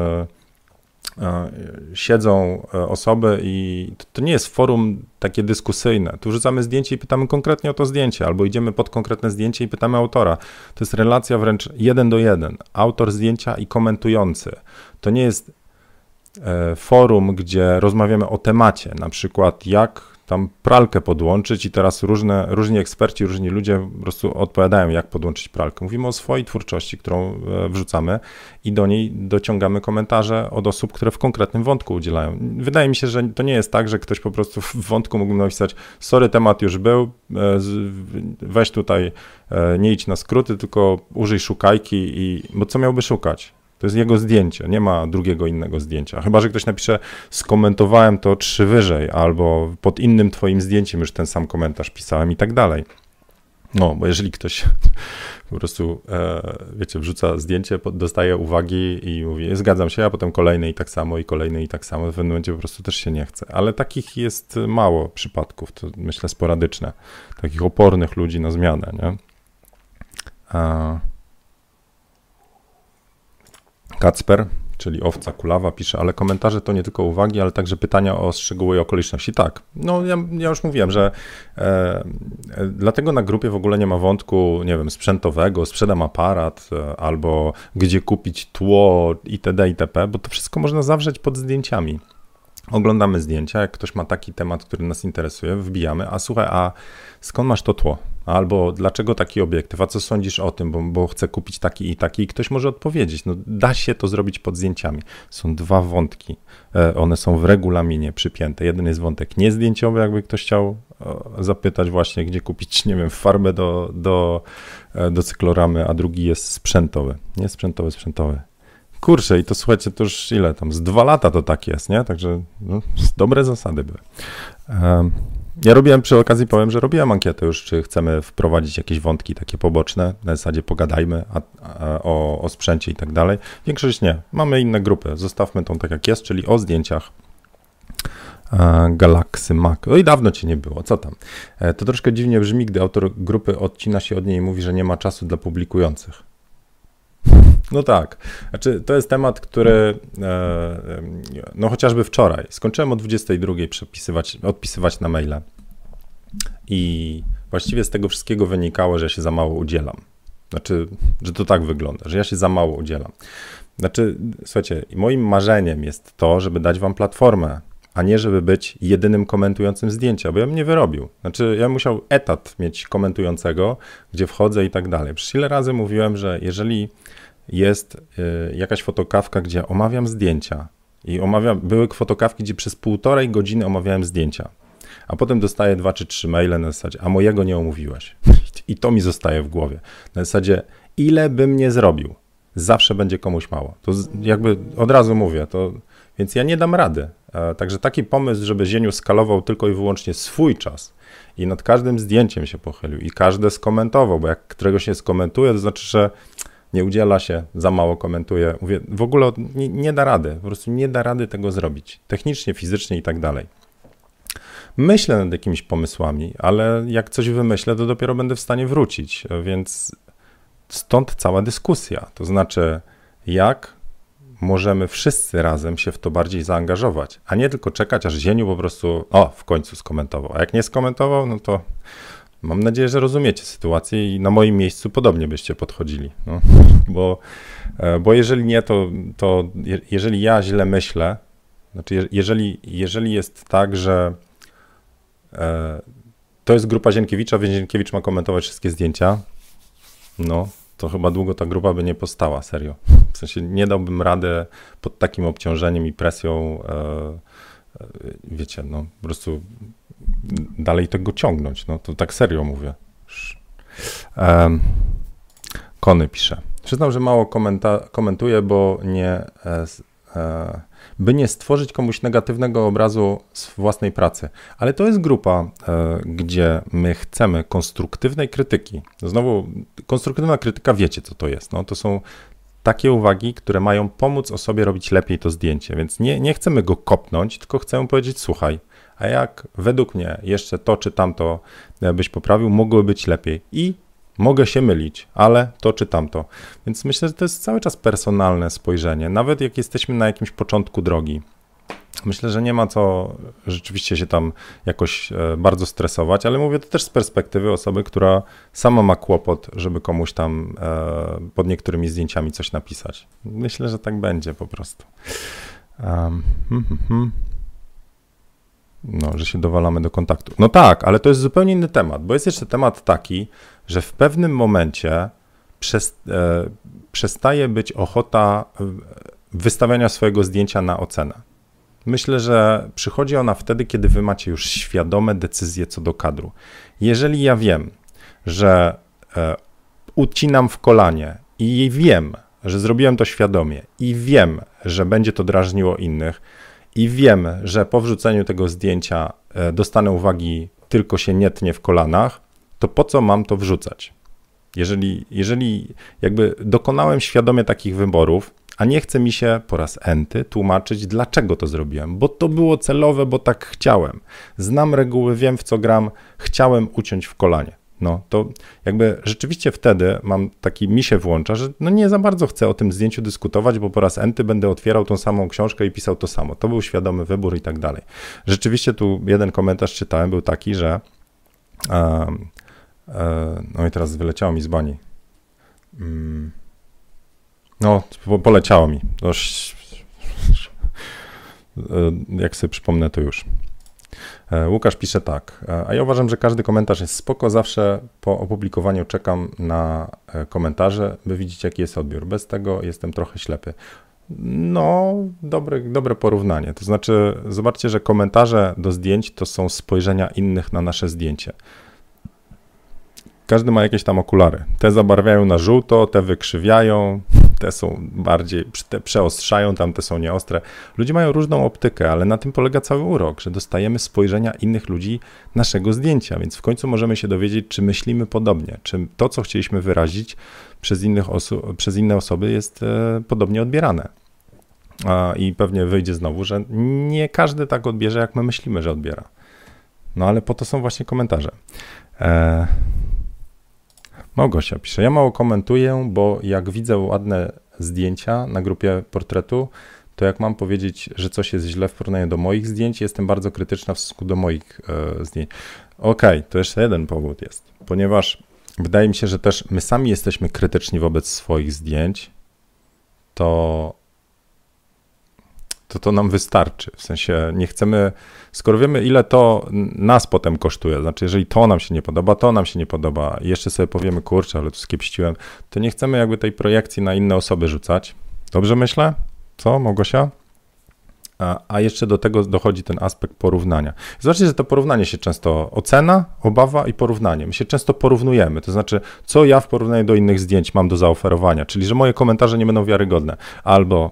siedzą osoby i to nie jest forum takie dyskusyjne. Tu rzucamy zdjęcie i pytamy konkretnie o to zdjęcie, albo idziemy pod konkretne zdjęcie i pytamy autora. To jest relacja wręcz 1 do 1. Autor zdjęcia i komentujący. To nie jest forum, gdzie rozmawiamy o temacie, na przykład jak tam pralkę podłączyć i teraz różni eksperci, różni ludzie po prostu odpowiadają, jak podłączyć pralkę. Mówimy o swojej twórczości, którą wrzucamy i do niej dociągamy komentarze od osób, które w konkretnym wątku udzielają. Wydaje mi się, że to nie jest tak, że ktoś po prostu w wątku mógł napisać, sorry, temat już był, weź tutaj, nie idź na skróty, tylko użyj szukajki, bo co miałby szukać? To jest jego zdjęcie, nie ma drugiego innego zdjęcia. Chyba że ktoś napisze, skomentowałem to 3 wyżej, albo pod innym twoim zdjęciem już ten sam komentarz pisałem i tak dalej. No, bo jeżeli ktoś po prostu, wiecie, wrzuca zdjęcie, dostaje uwagi i mówi, zgadzam się, a potem kolejny i tak samo, i kolejny i tak samo, w pewnym momencie po prostu też się nie chce. Ale takich jest mało przypadków, to myślę sporadyczne, takich opornych ludzi na zmianę, nie? Kacper, czyli owca kulawa, pisze, ale komentarze to nie tylko uwagi, ale także pytania o szczegóły i okoliczności. Tak, no ja już mówiłem, że dlatego na grupie w ogóle nie ma wątku, nie wiem, sprzętowego, sprzedam aparat, albo gdzie kupić tło itd., itp., bo to wszystko można zawrzeć pod zdjęciami. Oglądamy zdjęcia, jak ktoś ma taki temat, który nas interesuje, wbijamy, a słuchaj, a skąd masz to tło? albo dlaczego taki obiektyw, a co sądzisz o tym, bo chcę kupić taki i ktoś może odpowiedzieć. No, da się to zrobić pod zdjęciami. Są dwa wątki, one są w regulaminie przypięte. Jeden jest wątek niezdjęciowy, jakby ktoś chciał zapytać właśnie, gdzie kupić, nie wiem, farbę do cykloramy, a drugi jest sprzętowy. Nie sprzętowy. Kurczę, i to słuchajcie, to już ile tam, z 2 lata to tak jest, nie? Także no, dobre zasady były. Ja robiłem, przy okazji powiem, że robiłem ankietę już, czy chcemy wprowadzić jakieś wątki takie poboczne, na zasadzie pogadajmy o sprzęcie i tak dalej. Większość nie, mamy inne grupy, zostawmy tą tak jak jest, czyli o zdjęciach. Galaxy Mac. No i dawno cię nie było, co tam? To troszkę dziwnie brzmi, gdy autor grupy odcina się od niej i mówi, że nie ma czasu dla publikujących. No tak, znaczy to jest temat, który no chociażby wczoraj skończyłem o 22 odpisywać na maile i właściwie z tego wszystkiego wynikało, że ja się za mało udzielam. Znaczy, że to tak wygląda, że ja się za mało udzielam. Znaczy, słuchajcie, moim marzeniem jest to, żeby dać wam platformę, a nie żeby być jedynym komentującym zdjęcia, bo ja bym nie wyrobił. Znaczy, ja musiał etat mieć komentującego, gdzie wchodzę i tak dalej. Przecież ile razy mówiłem, że jeżeli jest jakaś fotokawka, gdzie omawiam zdjęcia i były fotokawki, gdzie przez 1,5 godziny omawiałem zdjęcia, a potem dostaję 2 czy 3 maile na zasadzie, a mojego nie omówiłeś. I to mi zostaje w głowie. Na zasadzie, ile bym nie zrobił, zawsze będzie komuś mało. To jakby od razu mówię, więc ja nie dam rady. Także taki pomysł, żeby Zieniu skalował tylko i wyłącznie swój czas i nad każdym zdjęciem się pochylił i każde skomentował, bo jak któregoś nie skomentuje, to znaczy, że nie udziela się, za mało komentuje. Mówię, w ogóle nie da rady, po prostu nie da rady tego zrobić. Technicznie, fizycznie i tak dalej. Myślę nad jakimiś pomysłami, ale jak coś wymyślę, to dopiero będę w stanie wrócić, więc stąd cała dyskusja. To znaczy, jak możemy wszyscy razem się w to bardziej zaangażować, a nie tylko czekać, aż Zieniu po prostu, w końcu skomentował. A jak nie skomentował, no to mam nadzieję, że rozumiecie sytuację i na moim miejscu podobnie byście podchodzili. No, bo jeżeli nie, to jeżeli ja źle myślę, znaczy jeżeli jest tak, że to jest grupa Zienkiewicza, więc Zienkiewicz ma komentować wszystkie zdjęcia, no to chyba długo ta grupa by nie powstała, serio. W sensie nie dałbym rady pod takim obciążeniem i presją, wiecie, no po prostu dalej tego ciągnąć, no to tak serio mówię. Kony pisze. Przyznam, że mało komentuję, bo by nie stworzyć komuś negatywnego obrazu z własnej pracy. Ale to jest grupa, gdzie my chcemy konstruktywnej krytyki. Znowu, konstruktywna krytyka, wiecie co to jest. No, to są takie uwagi, które mają pomóc osobie robić lepiej to zdjęcie, więc nie chcemy go kopnąć, tylko chcemy powiedzieć, słuchaj, a jak według mnie jeszcze to czy tamto byś poprawił, mogło być lepiej i mogę się mylić, ale to czy tamto. Więc myślę, że to jest cały czas personalne spojrzenie, nawet jak jesteśmy na jakimś początku drogi. Myślę, że nie ma co rzeczywiście się tam jakoś bardzo stresować, ale mówię to też z perspektywy osoby, która sama ma kłopot, żeby komuś tam pod niektórymi zdjęciami coś napisać. Myślę, że tak będzie po prostu. No, że się dowalamy do kontaktu. No tak, ale to jest zupełnie inny temat, bo jest jeszcze temat taki, że w pewnym momencie przestaje być ochota wystawiania swojego zdjęcia na ocenę. Myślę, że przychodzi ona wtedy, kiedy wy macie już świadome decyzje co do kadru. Jeżeli ja wiem, że ucinam w kolanie i wiem, że zrobiłem to świadomie i wiem, że będzie to drażniło innych i wiem, że po wrzuceniu tego zdjęcia dostanę uwagi, tylko się nie tnie w kolanach, to po co mam to wrzucać? Jeżeli jakby dokonałem świadomie takich wyborów, a nie chce mi się po raz enty tłumaczyć, dlaczego to zrobiłem, bo to było celowe, bo tak chciałem. Znam reguły, wiem w co gram, chciałem uciąć w kolanie. No to jakby rzeczywiście wtedy mi się włącza, że no nie za bardzo chcę o tym zdjęciu dyskutować, bo po raz enty będę otwierał tą samą książkę i pisał to samo. To był świadomy wybór i tak dalej. Rzeczywiście tu jeden komentarz czytałem, był taki, że no i teraz wyleciało mi z bani. No, poleciało mi. Jak sobie przypomnę, to już. Łukasz pisze tak, a ja uważam, że każdy komentarz jest spoko, zawsze po opublikowaniu czekam na komentarze, by widzieć, jaki jest odbiór. Bez tego jestem trochę ślepy. No, dobre porównanie. To znaczy, zobaczcie, że komentarze do zdjęć to są spojrzenia innych na nasze zdjęcie. Każdy ma jakieś tam okulary. Te zabarwiają na żółto, te wykrzywiają, te są bardziej, te przeostrzają, tamte są nieostre. Ludzie mają różną optykę, ale na tym polega cały urok, że dostajemy spojrzenia innych ludzi naszego zdjęcia, więc w końcu możemy się dowiedzieć, czy myślimy podobnie, czy to, co chcieliśmy wyrazić przez inne osoby jest podobnie odbierane. I pewnie wyjdzie znowu, że nie każdy tak odbierze, jak my myślimy, że odbiera. No ale po to są właśnie komentarze. Małgosia pisze, ja mało komentuję, bo jak widzę ładne zdjęcia na grupie portretu, to jak mam powiedzieć, że coś jest źle w porównaniu do moich zdjęć, jestem bardzo krytyczna w stosunku do moich zdjęć. Okej, to jeszcze jeden powód jest, ponieważ wydaje mi się, że też my sami jesteśmy krytyczni wobec swoich zdjęć, to nam wystarczy. W sensie nie chcemy, skoro wiemy, ile to nas potem kosztuje, znaczy jeżeli to nam się nie podoba i jeszcze sobie powiemy, kurczę, ale tu skiepściłem, to nie chcemy jakby tej projekcji na inne osoby rzucać. Dobrze myślę? Co, Małgosia? A jeszcze do tego dochodzi ten aspekt porównania. Zobaczcie, że to porównanie się często, ocena, obawa i porównanie. My się często porównujemy, to znaczy, co ja w porównaniu do innych zdjęć mam do zaoferowania, czyli, że moje komentarze nie będą wiarygodne, albo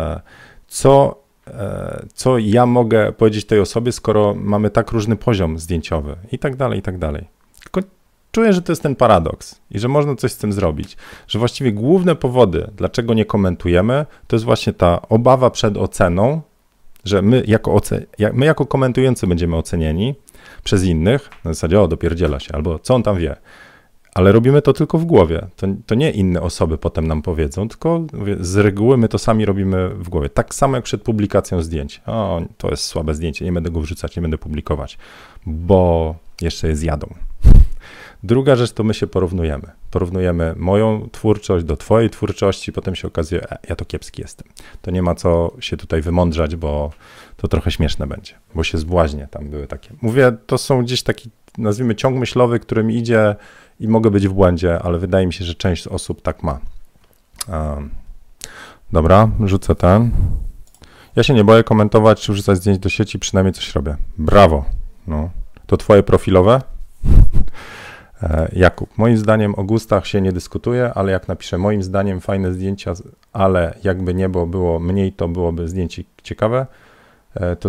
co ja mogę powiedzieć tej osobie, skoro mamy tak różny poziom zdjęciowy i tak dalej, i tak dalej. Tylko czuję, że to jest ten paradoks i że można coś z tym zrobić, że właściwie główne powody, dlaczego nie komentujemy, to jest właśnie ta obawa przed oceną, że my jako komentujący będziemy ocenieni przez innych, na zasadzie, dopierdziela się, albo co on tam wie. Ale robimy to tylko w głowie. To nie inne osoby potem nam powiedzą, tylko z reguły my to sami robimy w głowie. Tak samo jak przed publikacją zdjęć. To jest słabe zdjęcie, nie będę go wrzucać, nie będę publikować, bo jeszcze je zjadą. Druga rzecz to my się porównujemy. Porównujemy moją twórczość do twojej twórczości, potem się okazuje, ja to kiepski jestem. To nie ma co się tutaj wymądrzać, bo to trochę śmieszne będzie, bo się zbłaźnie, tam były takie. Mówię, to są gdzieś taki, nazwijmy, ciąg myślowy, którym idzie i mogę być w błędzie, ale wydaje mi się, że część osób tak ma. Dobra, rzucę ten. Ja się nie boję komentować czy wrzucać zdjęć do sieci, przynajmniej coś robię. Brawo. No. To twoje profilowe? Jakub, moim zdaniem o gustach się nie dyskutuje, ale jak napiszę moim zdaniem fajne zdjęcia, ale jakby niebo było mniej, to byłoby zdjęcie ciekawe, to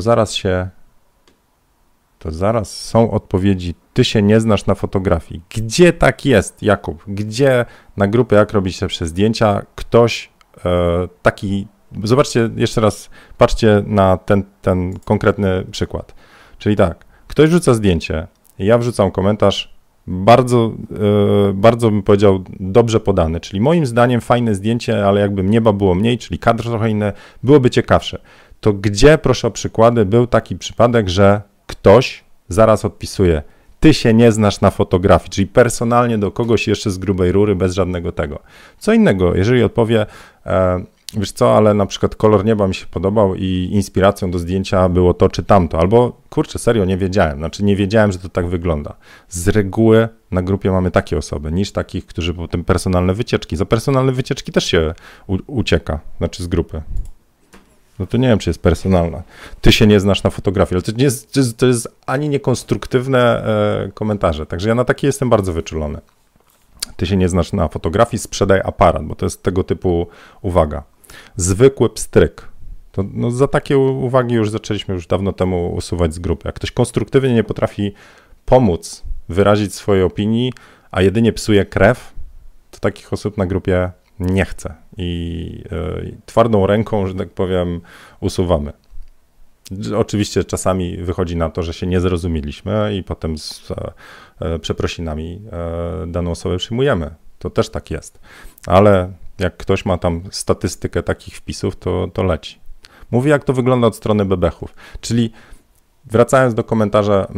zaraz są odpowiedzi, ty się nie znasz na fotografii. Gdzie tak jest, Jakub? Gdzie na grupę jak robić lepsze zdjęcia ktoś taki, zobaczcie jeszcze raz, patrzcie na ten konkretny przykład. Czyli tak, ktoś rzuca zdjęcie, ja wrzucam komentarz, bardzo bym powiedział dobrze podany, czyli moim zdaniem fajne zdjęcie, ale jakby nieba było mniej, czyli kadr trochę inny, byłoby ciekawsze. To gdzie, proszę o przykłady, był taki przypadek, że ktoś zaraz odpisuje, ty się nie znasz na fotografii, czyli personalnie do kogoś jeszcze z grubej rury, bez żadnego tego. Co innego, jeżeli odpowie, wiesz co, ale na przykład kolor nieba mi się podobał i inspiracją do zdjęcia było to czy tamto, albo kurczę, serio, nie wiedziałem, że to tak wygląda. Z reguły na grupie mamy takie osoby, niż takich, którzy potem personalne wycieczki. Za personalne wycieczki też się ucieka, znaczy z grupy. No to nie wiem, czy jest personalna. Ty się nie znasz na fotografii, ale to jest ani niekonstruktywne komentarze, także ja na takie jestem bardzo wyczulony. Ty się nie znasz na fotografii, sprzedaj aparat, bo to jest tego typu uwaga. Zwykły pstryk. To, za takie uwagi już zaczęliśmy już dawno temu usuwać z grupy. Jak ktoś konstruktywnie nie potrafi pomóc wyrazić swojej opinii, a jedynie psuje krew, to takich osób na grupie nie chcę. I twardą ręką, że tak powiem, usuwamy. Oczywiście czasami wychodzi na to, że się nie zrozumieliśmy i potem z przeprosinami daną osobę przyjmujemy. To też tak jest. Ale jak ktoś ma tam statystykę takich wpisów, to leci. Mówi, jak to wygląda od strony bebechów. Czyli wracając do komentarza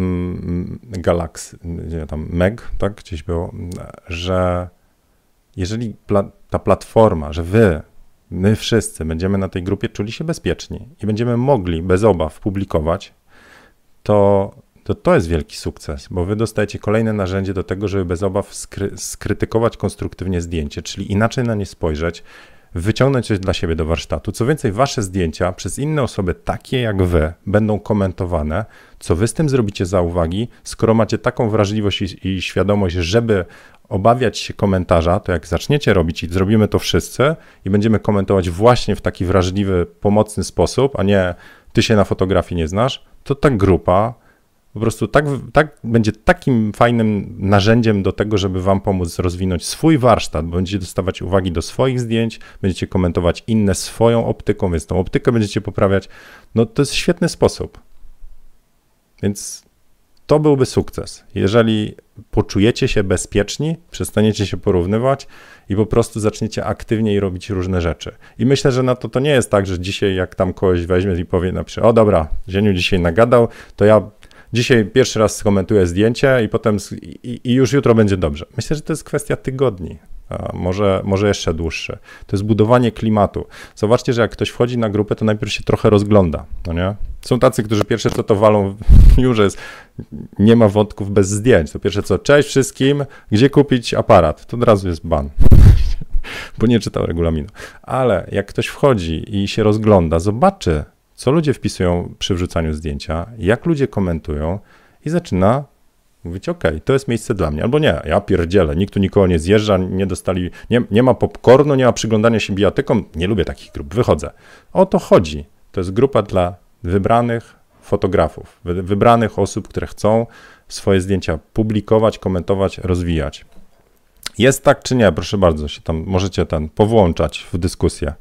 Meg, tak, gdzieś było, że jeżeli ta platforma, że my wszyscy będziemy na tej grupie czuli się bezpieczni i będziemy mogli bez obaw publikować, to jest wielki sukces, bo wy dostajecie kolejne narzędzie do tego, żeby bez obaw skrytykować konstruktywnie zdjęcie, czyli inaczej na nie spojrzeć, wyciągnąć coś dla siebie do warsztatu. Co więcej, wasze zdjęcia przez inne osoby, takie jak wy, będą komentowane. Co wy z tym zrobicie za uwagi? Skoro macie taką wrażliwość i świadomość, żeby obawiać się komentarza, to jak zaczniecie robić i zrobimy to wszyscy i będziemy komentować właśnie w taki wrażliwy, pomocny sposób, a nie ty się na fotografii nie znasz, to ta grupa po prostu tak będzie takim fajnym narzędziem do tego, żeby wam pomóc rozwinąć swój warsztat, bo będziecie dostawać uwagi do swoich zdjęć, będziecie komentować inne swoją optyką, więc tą optykę będziecie poprawiać. No to jest świetny sposób. Więc to byłby sukces. Jeżeli poczujecie się bezpieczni, przestaniecie się porównywać i po prostu zaczniecie aktywniej robić różne rzeczy. I myślę, że na to nie jest tak, że dzisiaj jak tam kogoś weźmie i powie, napisze, o dobra, Zieniu dzisiaj nagadał, to ja dzisiaj pierwszy raz skomentuję zdjęcie i potem i już jutro będzie dobrze. Myślę, że to jest kwestia tygodni, a może jeszcze dłuższe. To jest budowanie klimatu. Zobaczcie, że jak ktoś wchodzi na grupę, to najpierw się trochę rozgląda, no nie? Są tacy, którzy pierwsze co to walą już jest, nie ma wątków bez zdjęć. To pierwsze co, cześć wszystkim, gdzie kupić aparat? To od razu jest ban, bo nie czytał regulaminu. Ale jak ktoś wchodzi i się rozgląda, zobaczy, co ludzie wpisują przy wrzucaniu zdjęcia, jak ludzie komentują i zaczyna mówić, okej, to jest miejsce dla mnie, albo nie, ja pierdzielę, nikt tu nikogo nie zjeżdża, nie ma popcornu, nie ma przyglądania się bijatykom, nie lubię takich grup, wychodzę. O to chodzi, to jest grupa dla wybranych fotografów, wybranych osób, które chcą swoje zdjęcia publikować, komentować, rozwijać. Jest tak czy nie? Proszę bardzo, się tam możecie powłączać w dyskusję.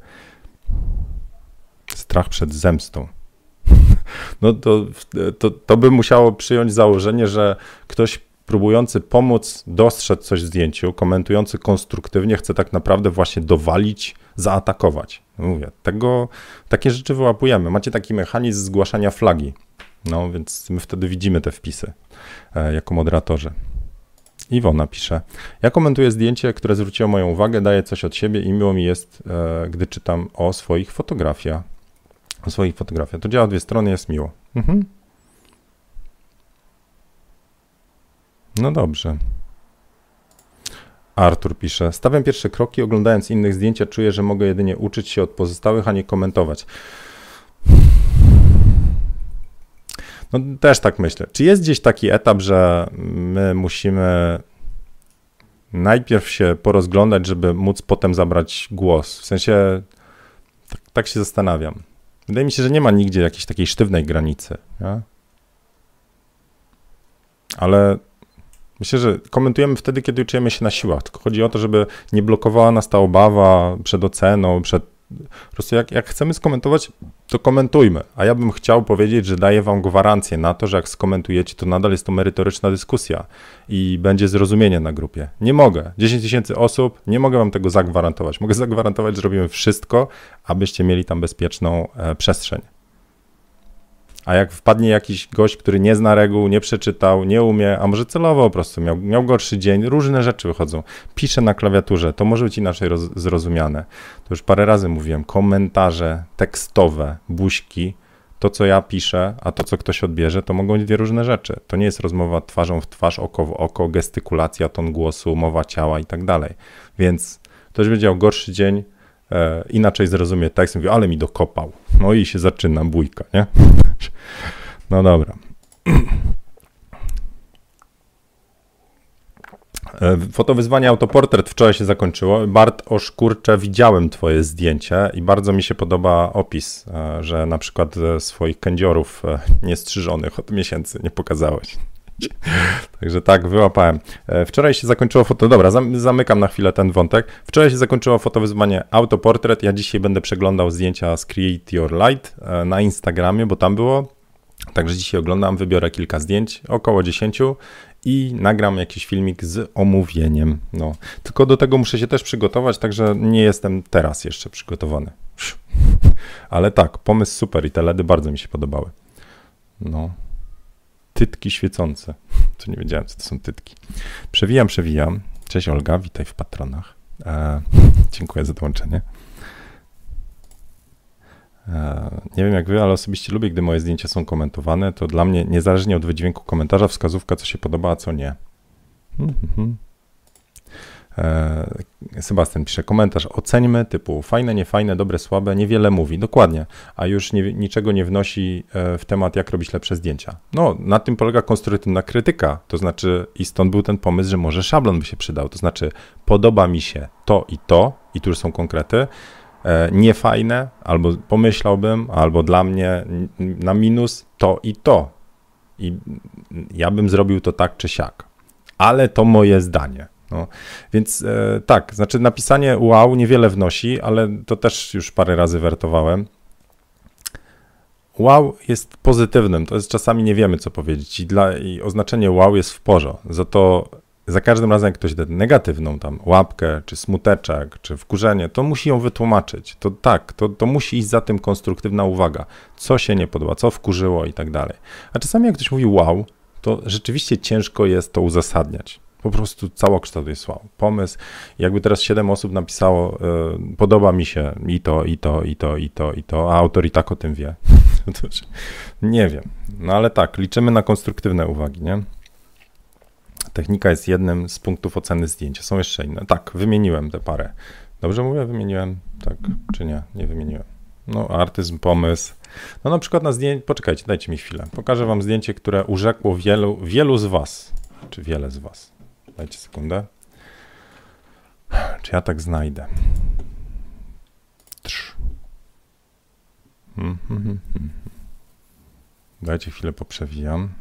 Strach przed zemstą. No to by musiało przyjąć założenie, że ktoś próbujący pomóc dostrzec coś w zdjęciu, komentujący konstruktywnie chce tak naprawdę właśnie dowalić, zaatakować. No mówię, takie rzeczy wyłapujemy. Macie taki mechanizm zgłaszania flagi. No więc my wtedy widzimy te wpisy jako moderatorzy. Iwona pisze, ja komentuję zdjęcie, które zwróciło moją uwagę, daję coś od siebie i miło mi jest, gdy czytam o swoich fotografiach. To działa w dwie strony, jest miło. No dobrze. Artur pisze, stawiam pierwsze kroki, oglądając innych zdjęcia czuję, że mogę jedynie uczyć się od pozostałych, a nie komentować. No też tak myślę. Czy jest gdzieś taki etap, że my musimy najpierw się porozglądać, żeby móc potem zabrać głos? W sensie, tak się zastanawiam. Wydaje mi się, że nie ma nigdzie jakiejś takiej sztywnej granicy. Nie? Ale myślę, że komentujemy wtedy, kiedy czujemy się na siłach. Tylko chodzi o to, żeby nie blokowała nas ta obawa przed oceną, po prostu jak chcemy skomentować, to komentujmy. A ja bym chciał powiedzieć, że daję wam gwarancję na to, że jak skomentujecie, to nadal jest to merytoryczna dyskusja i będzie zrozumienie na grupie. Nie mogę. 10 000 osób, nie mogę wam tego zagwarantować. Mogę zagwarantować, że robimy wszystko, abyście mieli tam bezpieczną przestrzeń. A jak wpadnie jakiś gość, który nie zna reguł, nie przeczytał, nie umie, a może celowo po prostu miał gorszy dzień, różne rzeczy wychodzą. Pisze na klawiaturze, to może być inaczej zrozumiane. To już parę razy mówiłem, komentarze tekstowe, buźki, to co ja piszę, a to co ktoś odbierze, to mogą być dwie różne rzeczy. To nie jest rozmowa twarzą w twarz, oko w oko, gestykulacja, ton głosu, mowa ciała i tak dalej. Więc ktoś będzie miał gorszy dzień, inaczej zrozumie tekst, mówi, ale mi dokopał. No i się zaczyna bójka, nie? No dobra. Fotowyzwanie autoportret wczoraj się zakończyło. Bartosz, kurczę, widziałem twoje zdjęcie i bardzo mi się podoba opis, że na przykład swoich kędziorów niestrzyżonych od miesięcy nie pokazałeś. Także tak, wyłapałem. Wczoraj się zakończyło dobra, zamykam na chwilę ten wątek. Wczoraj się zakończyło fotowyzwanie autoportret. Ja dzisiaj będę przeglądał zdjęcia z Create Your Light na Instagramie, bo tam było. Także dzisiaj oglądam, wybiorę kilka zdjęć, około 10 i nagram jakiś filmik z omówieniem. No. Tylko do tego muszę się też przygotować, także nie jestem teraz jeszcze przygotowany. Ale tak, pomysł super i te LEDy bardzo mi się podobały. No. Tytki świecące. Co nie wiedziałem, co to są tytki. Przewijam. Cześć Olga, witaj w patronach. Dziękuję za dołączenie. Nie wiem jak wy, ale osobiście lubię, gdy moje zdjęcia są komentowane. To dla mnie, niezależnie od wydźwięku komentarza, wskazówka, co się podoba, a co nie. Sebastian pisze komentarz, oceńmy typu fajne, niefajne, dobre, słabe, niewiele mówi, dokładnie, a już niczego nie wnosi w temat, jak robić lepsze zdjęcia. No, na tym polega konstruktywna krytyka, to znaczy i stąd był ten pomysł, że może szablon by się przydał, to znaczy podoba mi się to, i tu już są konkrety, niefajne, albo pomyślałbym, albo dla mnie na minus to i ja bym zrobił to tak czy siak, ale to moje zdanie. No, więc tak, znaczy napisanie wow niewiele wnosi, ale to też już parę razy wertowałem. Wow jest pozytywnym, to jest czasami nie wiemy co powiedzieć i oznaczenie wow jest w porządku, za to za każdym razem jak ktoś da negatywną tam łapkę, czy smuteczek, czy wkurzenie, to musi ją wytłumaczyć, to tak, to musi iść za tym konstruktywna uwaga, co się nie podoba, co wkurzyło i tak dalej. A czasami jak ktoś mówi wow, to rzeczywiście ciężko jest to uzasadniać. Po prostu całokształt jest wow. Pomysł, jakby teraz 7 osób napisało, podoba mi się i to, a autor i tak o tym wie. Nie wiem, no ale tak, liczymy na konstruktywne uwagi, nie? Technika jest jednym z punktów oceny zdjęcia. Są jeszcze inne. Tak, wymieniłem te parę. Dobrze mówię? Wymieniłem? Tak, czy nie? Nie wymieniłem. No, artyzm, pomysł. No na przykład na zdjęcie, poczekajcie, dajcie mi chwilę. Pokażę wam zdjęcie, które urzekło wielu z was. Czy wiele z was. Dajcie sekundę. Czy ja tak znajdę? Dajcie chwilę, poprzewijam.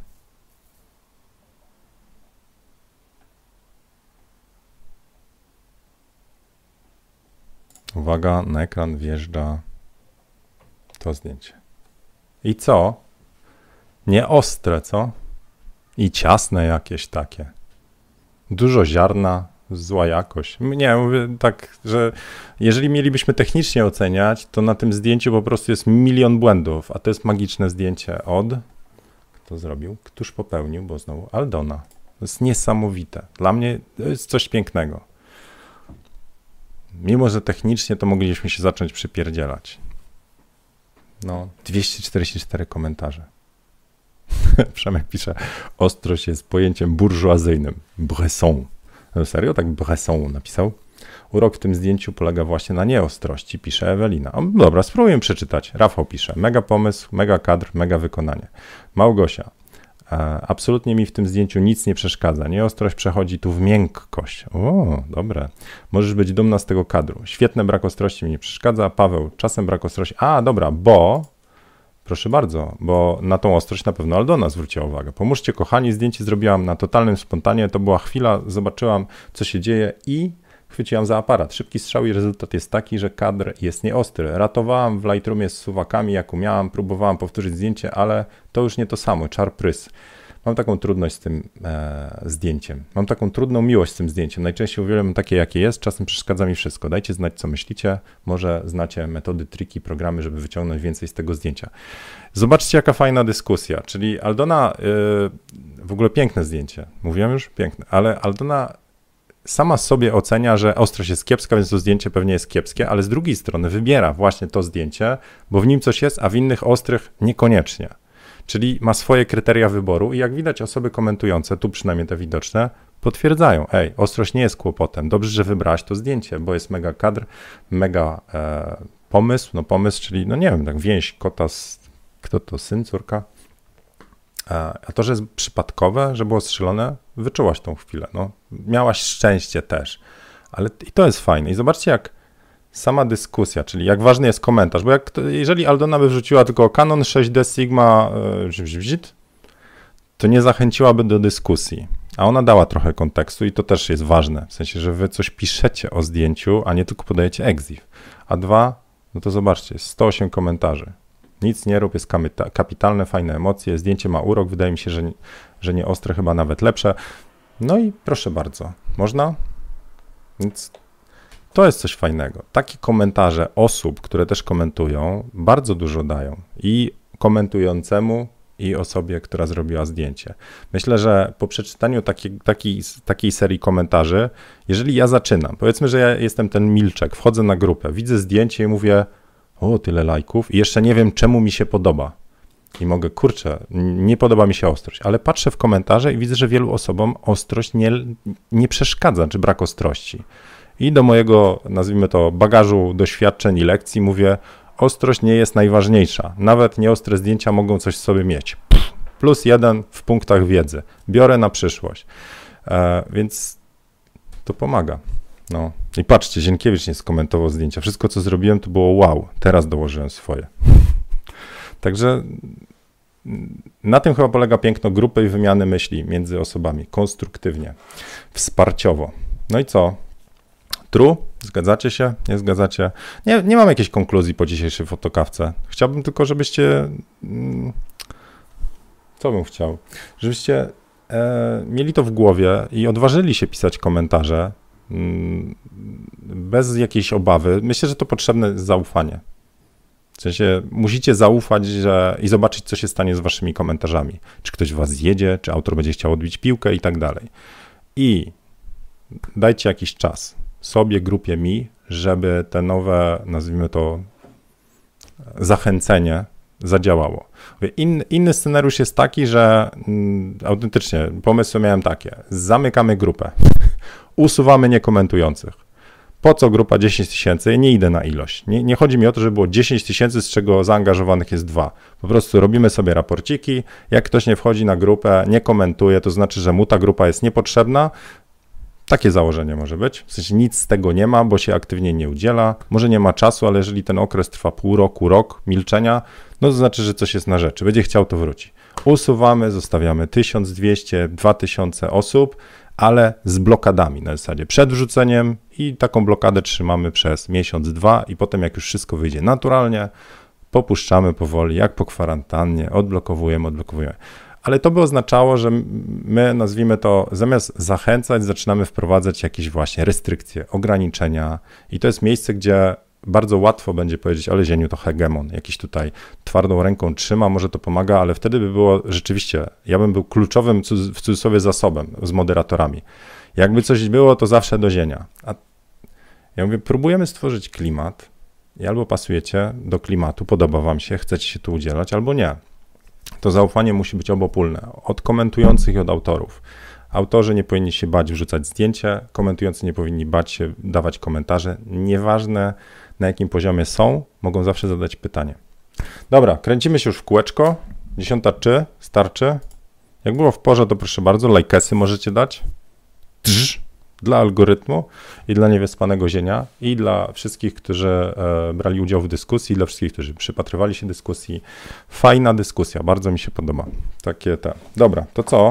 Uwaga, na ekran wjeżdża to zdjęcie. I co? Nie ostre, co? I ciasne jakieś takie. Dużo ziarna, zła jakość. Nie, mówię tak, że jeżeli mielibyśmy technicznie oceniać, to na tym zdjęciu po prostu jest milion błędów, a to jest magiczne zdjęcie od... Kto zrobił? Któż popełnił? Bo znowu Aldona. To jest niesamowite. Dla mnie to jest coś pięknego. Mimo, że technicznie to mogliśmy się zacząć przypierdzielać. No, 244 komentarze. Przemek pisze, ostrość jest pojęciem burżuazyjnym. Bresson. No serio? Tak Bresson napisał? Urok w tym zdjęciu polega właśnie na nieostrości, pisze Ewelina. O, dobra, spróbujmy przeczytać. Rafał pisze, mega pomysł, mega kadr, mega wykonanie. Małgosia, absolutnie mi w tym zdjęciu nic nie przeszkadza. Nieostrość przechodzi tu w miękkość. O, dobre. Możesz być dumna z tego kadru. Świetne, brak ostrości mi nie przeszkadza. Paweł, czasem brak ostrości. A, dobra, bo... Proszę bardzo, bo na tą ostrość na pewno Aldona zwróciła uwagę. Pomóżcie, kochani, zdjęcie zrobiłam na totalnym spontanie. To była chwila, zobaczyłam, co się dzieje i chwyciłam za aparat. Szybki strzał i rezultat jest taki, że kadr jest nieostry. Ratowałam w Lightroomie z suwakami, jak umiałam, próbowałam powtórzyć zdjęcie, ale to już nie to samo. Czar prys. Mam taką trudność z tym zdjęciem. Mam taką trudną miłość z tym zdjęciem. Najczęściej uwielbiam takie, jakie jest. Czasem przeszkadza mi wszystko. Dajcie znać, co myślicie. Może znacie metody, triki, programy, żeby wyciągnąć więcej z tego zdjęcia. Zobaczcie, jaka fajna dyskusja. Czyli Aldona, w ogóle piękne zdjęcie. Mówiłem już? Piękne. Ale Aldona sama sobie ocenia, że ostrość jest kiepska, więc to zdjęcie pewnie jest kiepskie, ale z drugiej strony wybiera właśnie to zdjęcie, bo w nim coś jest, a w innych ostrych niekoniecznie. Czyli ma swoje kryteria wyboru i jak widać osoby komentujące, tu przynajmniej te widoczne, potwierdzają, ej, ostrość nie jest kłopotem, dobrze, że wybrałaś to zdjęcie, bo jest mega kadr, mega pomysł, no pomysł, czyli no nie wiem, tak więź kota, kto to, syn, córka, a to, że jest przypadkowe, że było strzelone, wyczułaś tą chwilę, no, miałaś szczęście też, ale i to jest fajne i zobaczcie jak sama dyskusja, czyli jak ważny jest komentarz, bo jeżeli Aldona by wrzuciła tylko Canon 6D Sigma, to nie zachęciłaby do dyskusji, a ona dała trochę kontekstu i to też jest ważne, w sensie, że wy coś piszecie o zdjęciu, a nie tylko podajecie exif. A dwa, no to zobaczcie, jest 108 komentarzy. Nic nie rób, jest kapitalne, fajne emocje, zdjęcie ma urok, wydaje mi się, że nie ostre, chyba nawet lepsze. No i proszę bardzo, można? Więc to jest coś fajnego. Takie komentarze osób, które też komentują, bardzo dużo dają i komentującemu, i osobie, która zrobiła zdjęcie. Myślę, że po przeczytaniu takiej serii komentarzy, jeżeli ja zaczynam, powiedzmy, że ja jestem ten milczek, wchodzę na grupę, widzę zdjęcie i mówię, o, tyle lajków i jeszcze nie wiem, czemu mi się podoba. I mogę, kurczę, nie podoba mi się ostrość, ale patrzę w komentarze i widzę, że wielu osobom ostrość nie przeszkadza, czy brak ostrości. I do mojego, nazwijmy to, bagażu doświadczeń i lekcji mówię, ostrość nie jest najważniejsza. Nawet nieostre zdjęcia mogą coś w sobie mieć. +1 w punktach wiedzy. Biorę na przyszłość. Więc to pomaga. No. I patrzcie, Zienkiewicz nie skomentował zdjęcia. Wszystko, co zrobiłem, to było wow. Teraz dołożyłem swoje. Także na tym chyba polega piękno grupy i wymiany myśli między osobami. Konstruktywnie, wsparciowo. No i co? True? Zgadzacie się? Nie zgadzacie? Nie mam jakiejś konkluzji po dzisiejszej fotokawce. Chciałbym tylko, żebyście... Co bym chciał? Żebyście mieli to w głowie i odważyli się pisać komentarze bez jakiejś obawy. Myślę, że to potrzebne jest zaufanie. W sensie musicie zaufać i zobaczyć, co się stanie z waszymi komentarzami. Czy ktoś was zjedzie, czy autor będzie chciał odbić piłkę i tak dalej. I dajcie jakiś czas sobie, grupie, mi, żeby te nowe, nazwijmy to, zachęcenie zadziałało. Inny scenariusz jest taki, że autentycznie pomysły miałem takie. Zamykamy grupę. Usuwamy niekomentujących. Po co grupa 10 000? Ja nie idę na ilość. Nie chodzi mi o to, żeby było 10 000, z czego zaangażowanych jest 2. Po prostu robimy sobie raporciki. Jak ktoś nie wchodzi na grupę, nie komentuje, to znaczy, że mu ta grupa jest niepotrzebna. Takie założenie może być. W sensie nic z tego nie ma, bo się aktywnie nie udziela. Może nie ma czasu, ale jeżeli ten okres trwa pół roku, rok milczenia, no to znaczy, że coś jest na rzeczy. Będzie chciał, to wróci. Usuwamy, zostawiamy 1200, 2000 osób, ale z blokadami na zasadzie przed wrzuceniem i taką blokadę trzymamy przez miesiąc, 2 i potem jak już wszystko wyjdzie naturalnie, popuszczamy powoli, jak po kwarantannie, odblokowujemy. Ale to by oznaczało, że my, nazwijmy to, zamiast zachęcać, zaczynamy wprowadzać jakieś właśnie restrykcje, ograniczenia i to jest miejsce, gdzie bardzo łatwo będzie powiedzieć, ale Zieniu to hegemon, jakiś tutaj twardą ręką trzyma, może to pomaga, ale wtedy by było rzeczywiście, ja bym był kluczowym, w cudzysłowie, zasobem z moderatorami. Jakby coś było, to zawsze do Zienia. A ja mówię, próbujemy stworzyć klimat i albo pasujecie do klimatu, podoba wam się, chcecie się tu udzielać, albo nie. To zaufanie musi być obopólne, od komentujących i od autorów. Autorzy nie powinni się bać wrzucać zdjęcie, komentujący nie powinni bać się dawać komentarze. Nieważne na jakim poziomie są, mogą zawsze zadać pytanie. Dobra, kręcimy się już w kółeczko. 10 czy? Starczy? Jak było w porze, to proszę bardzo, lajkesy możecie dać. Dla algorytmu i dla niewyspanego Zienia i dla wszystkich, którzy brali udział w dyskusji, dla wszystkich, którzy przypatrywali się dyskusji. Fajna dyskusja, bardzo mi się podoba. Takie te. Dobra, to co?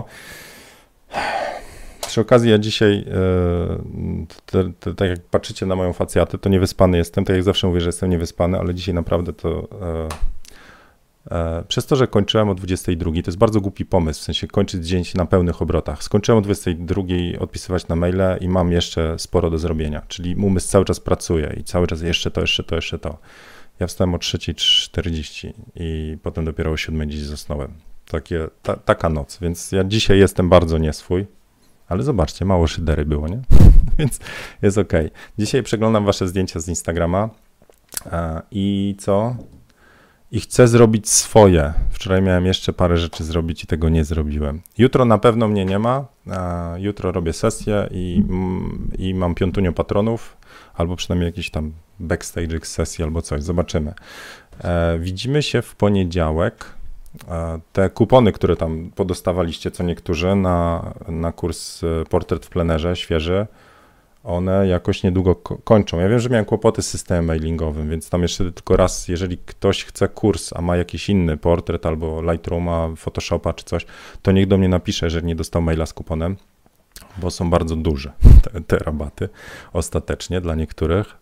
Przy okazji ja dzisiaj, tak jak patrzycie na moją facjatę, to niewyspany jestem, tak jak zawsze mówię, że jestem niewyspany, ale dzisiaj naprawdę to przez to, że kończyłem o 22, to jest bardzo głupi pomysł, w sensie kończyć dzień na pełnych obrotach. Skończyłem o 22 odpisywać na maile i mam jeszcze sporo do zrobienia, czyli umysł cały czas pracuje i cały czas jeszcze to. Ja wstałem o 3:40 i potem dopiero o 7 dziś zasnąłem. Taka noc, więc ja dzisiaj jestem bardzo nieswój, ale zobaczcie, mało szydery było, nie? Więc jest okej. Dzisiaj przeglądam wasze zdjęcia z Instagrama i co? I chcę zrobić swoje. Wczoraj miałem jeszcze parę rzeczy zrobić i tego nie zrobiłem. Jutro na pewno mnie nie ma. Jutro robię sesję i mam piątunio patronów, albo przynajmniej jakiś tam backstage sesji albo coś. Zobaczymy. Widzimy się w poniedziałek. Te kupony, które tam podostawaliście co niektórzy na kurs Portret w plenerze, świeży, one jakoś niedługo kończą. Ja wiem, że miałem kłopoty z systemem mailingowym, więc tam jeszcze tylko raz, jeżeli ktoś chce kurs, a ma jakiś inny portret albo Lightrooma, Photoshopa czy coś, to niech do mnie napisze, jeżeli nie dostał maila z kuponem, bo są bardzo duże te rabaty ostatecznie dla niektórych.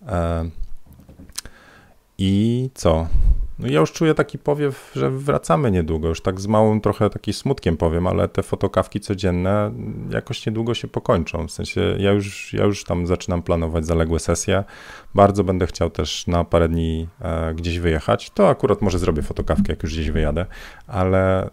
I co? No ja już czuję taki powiew, że wracamy niedługo, już tak z małym trochę takim smutkiem powiem, ale te fotokawki codzienne jakoś niedługo się pokończą. W sensie ja już tam zaczynam planować zaległe sesje. Bardzo będę chciał też na parę dni gdzieś wyjechać. To akurat może zrobię fotokawkę, jak już gdzieś wyjadę, ale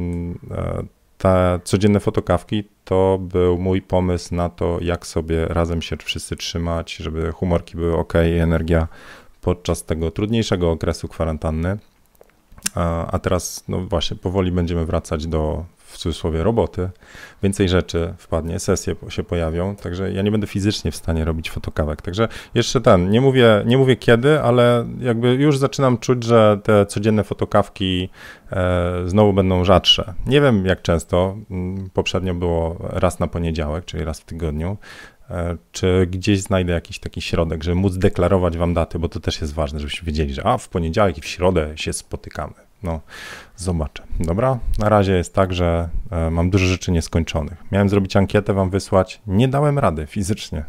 te codzienne fotokawki to był mój pomysł na to, jak sobie razem się wszyscy trzymać, żeby humorki były ok, energia podczas tego trudniejszego okresu kwarantanny. A teraz, no właśnie, powoli będziemy wracać do, w cudzysłowie, roboty. Więcej rzeczy wpadnie, sesje się pojawią, także ja nie będę fizycznie w stanie robić fotokawek. Także jeszcze nie mówię kiedy, ale jakby już zaczynam czuć, że te codzienne fotokawki znowu będą rzadsze. Nie wiem jak często, poprzednio było raz na poniedziałek, czyli raz w tygodniu. Czy gdzieś znajdę jakiś taki środek, żeby móc deklarować wam daty, bo to też jest ważne, żebyście wiedzieli, że w poniedziałek i w środę się spotykamy. No, zobaczę. Dobra, na razie jest tak, że mam dużo rzeczy nieskończonych. Miałem zrobić ankietę, wam wysłać, nie dałem rady fizycznie.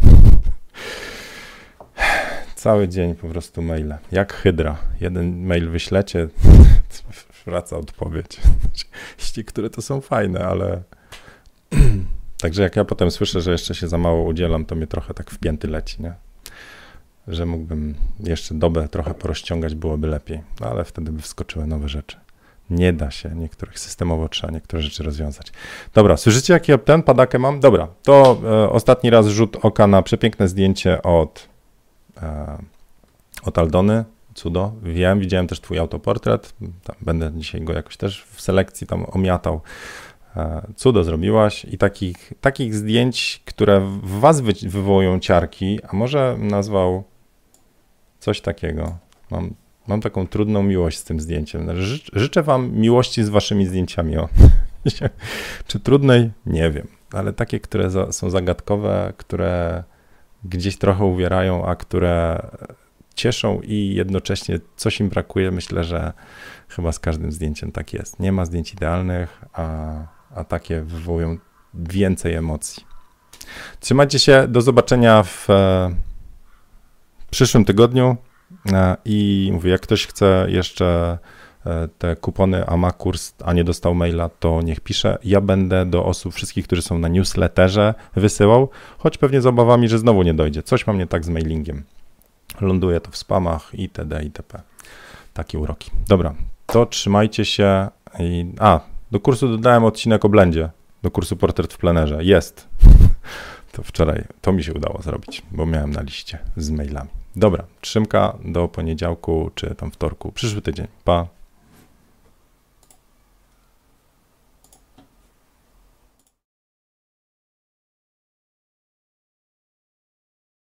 Cały dzień po prostu maile, jak hydra. Jeden mail wyślecie, wraca odpowiedź. Które to są fajne, ale... Także jak ja potem słyszę, że jeszcze się za mało udzielam, to mnie trochę tak w pięty leci, nie? Że mógłbym jeszcze dobę trochę porozciągać, byłoby lepiej, no, ale wtedy by wskoczyły nowe rzeczy. Nie da się niektórych, systemowo trzeba niektóre rzeczy rozwiązać. Dobra, słyszycie jaki ten padakę mam? Dobra, to ostatni raz rzut oka na przepiękne zdjęcie od Aldony, cudo. Widziałem też twój autoportret, tam będę dzisiaj go jakoś też w selekcji tam omiatał. Cudo zrobiłaś i takich zdjęć, które w was wywołują ciarki, a może nazwał coś takiego. Mam taką trudną miłość z tym zdjęciem. Życzę wam miłości z waszymi zdjęciami. Czy trudnej? Nie wiem, ale takie, które są zagadkowe, które gdzieś trochę uwierają, a które cieszą i jednocześnie coś im brakuje. Myślę, że chyba z każdym zdjęciem tak jest. Nie ma zdjęć idealnych, a takie wywołują więcej emocji. Trzymajcie się, do zobaczenia w przyszłym tygodniu i mówię, jak ktoś chce jeszcze te kupony AMA-kurs, a nie dostał maila, to niech pisze. Ja będę do osób wszystkich, którzy są na newsletterze wysyłał, choć pewnie z obawami, że znowu nie dojdzie. Coś mam nie tak z mailingiem. Ląduje to w spamach itd. itp. Takie uroki. Dobra, to trzymajcie się i... Do kursu dodałem odcinek o blendzie, do kursu portret w plenerze. Jest. To wczoraj, to mi się udało zrobić, bo miałem na liście z mailami. Dobra, trzymka do poniedziałku czy tam wtorku, przyszły tydzień. Pa.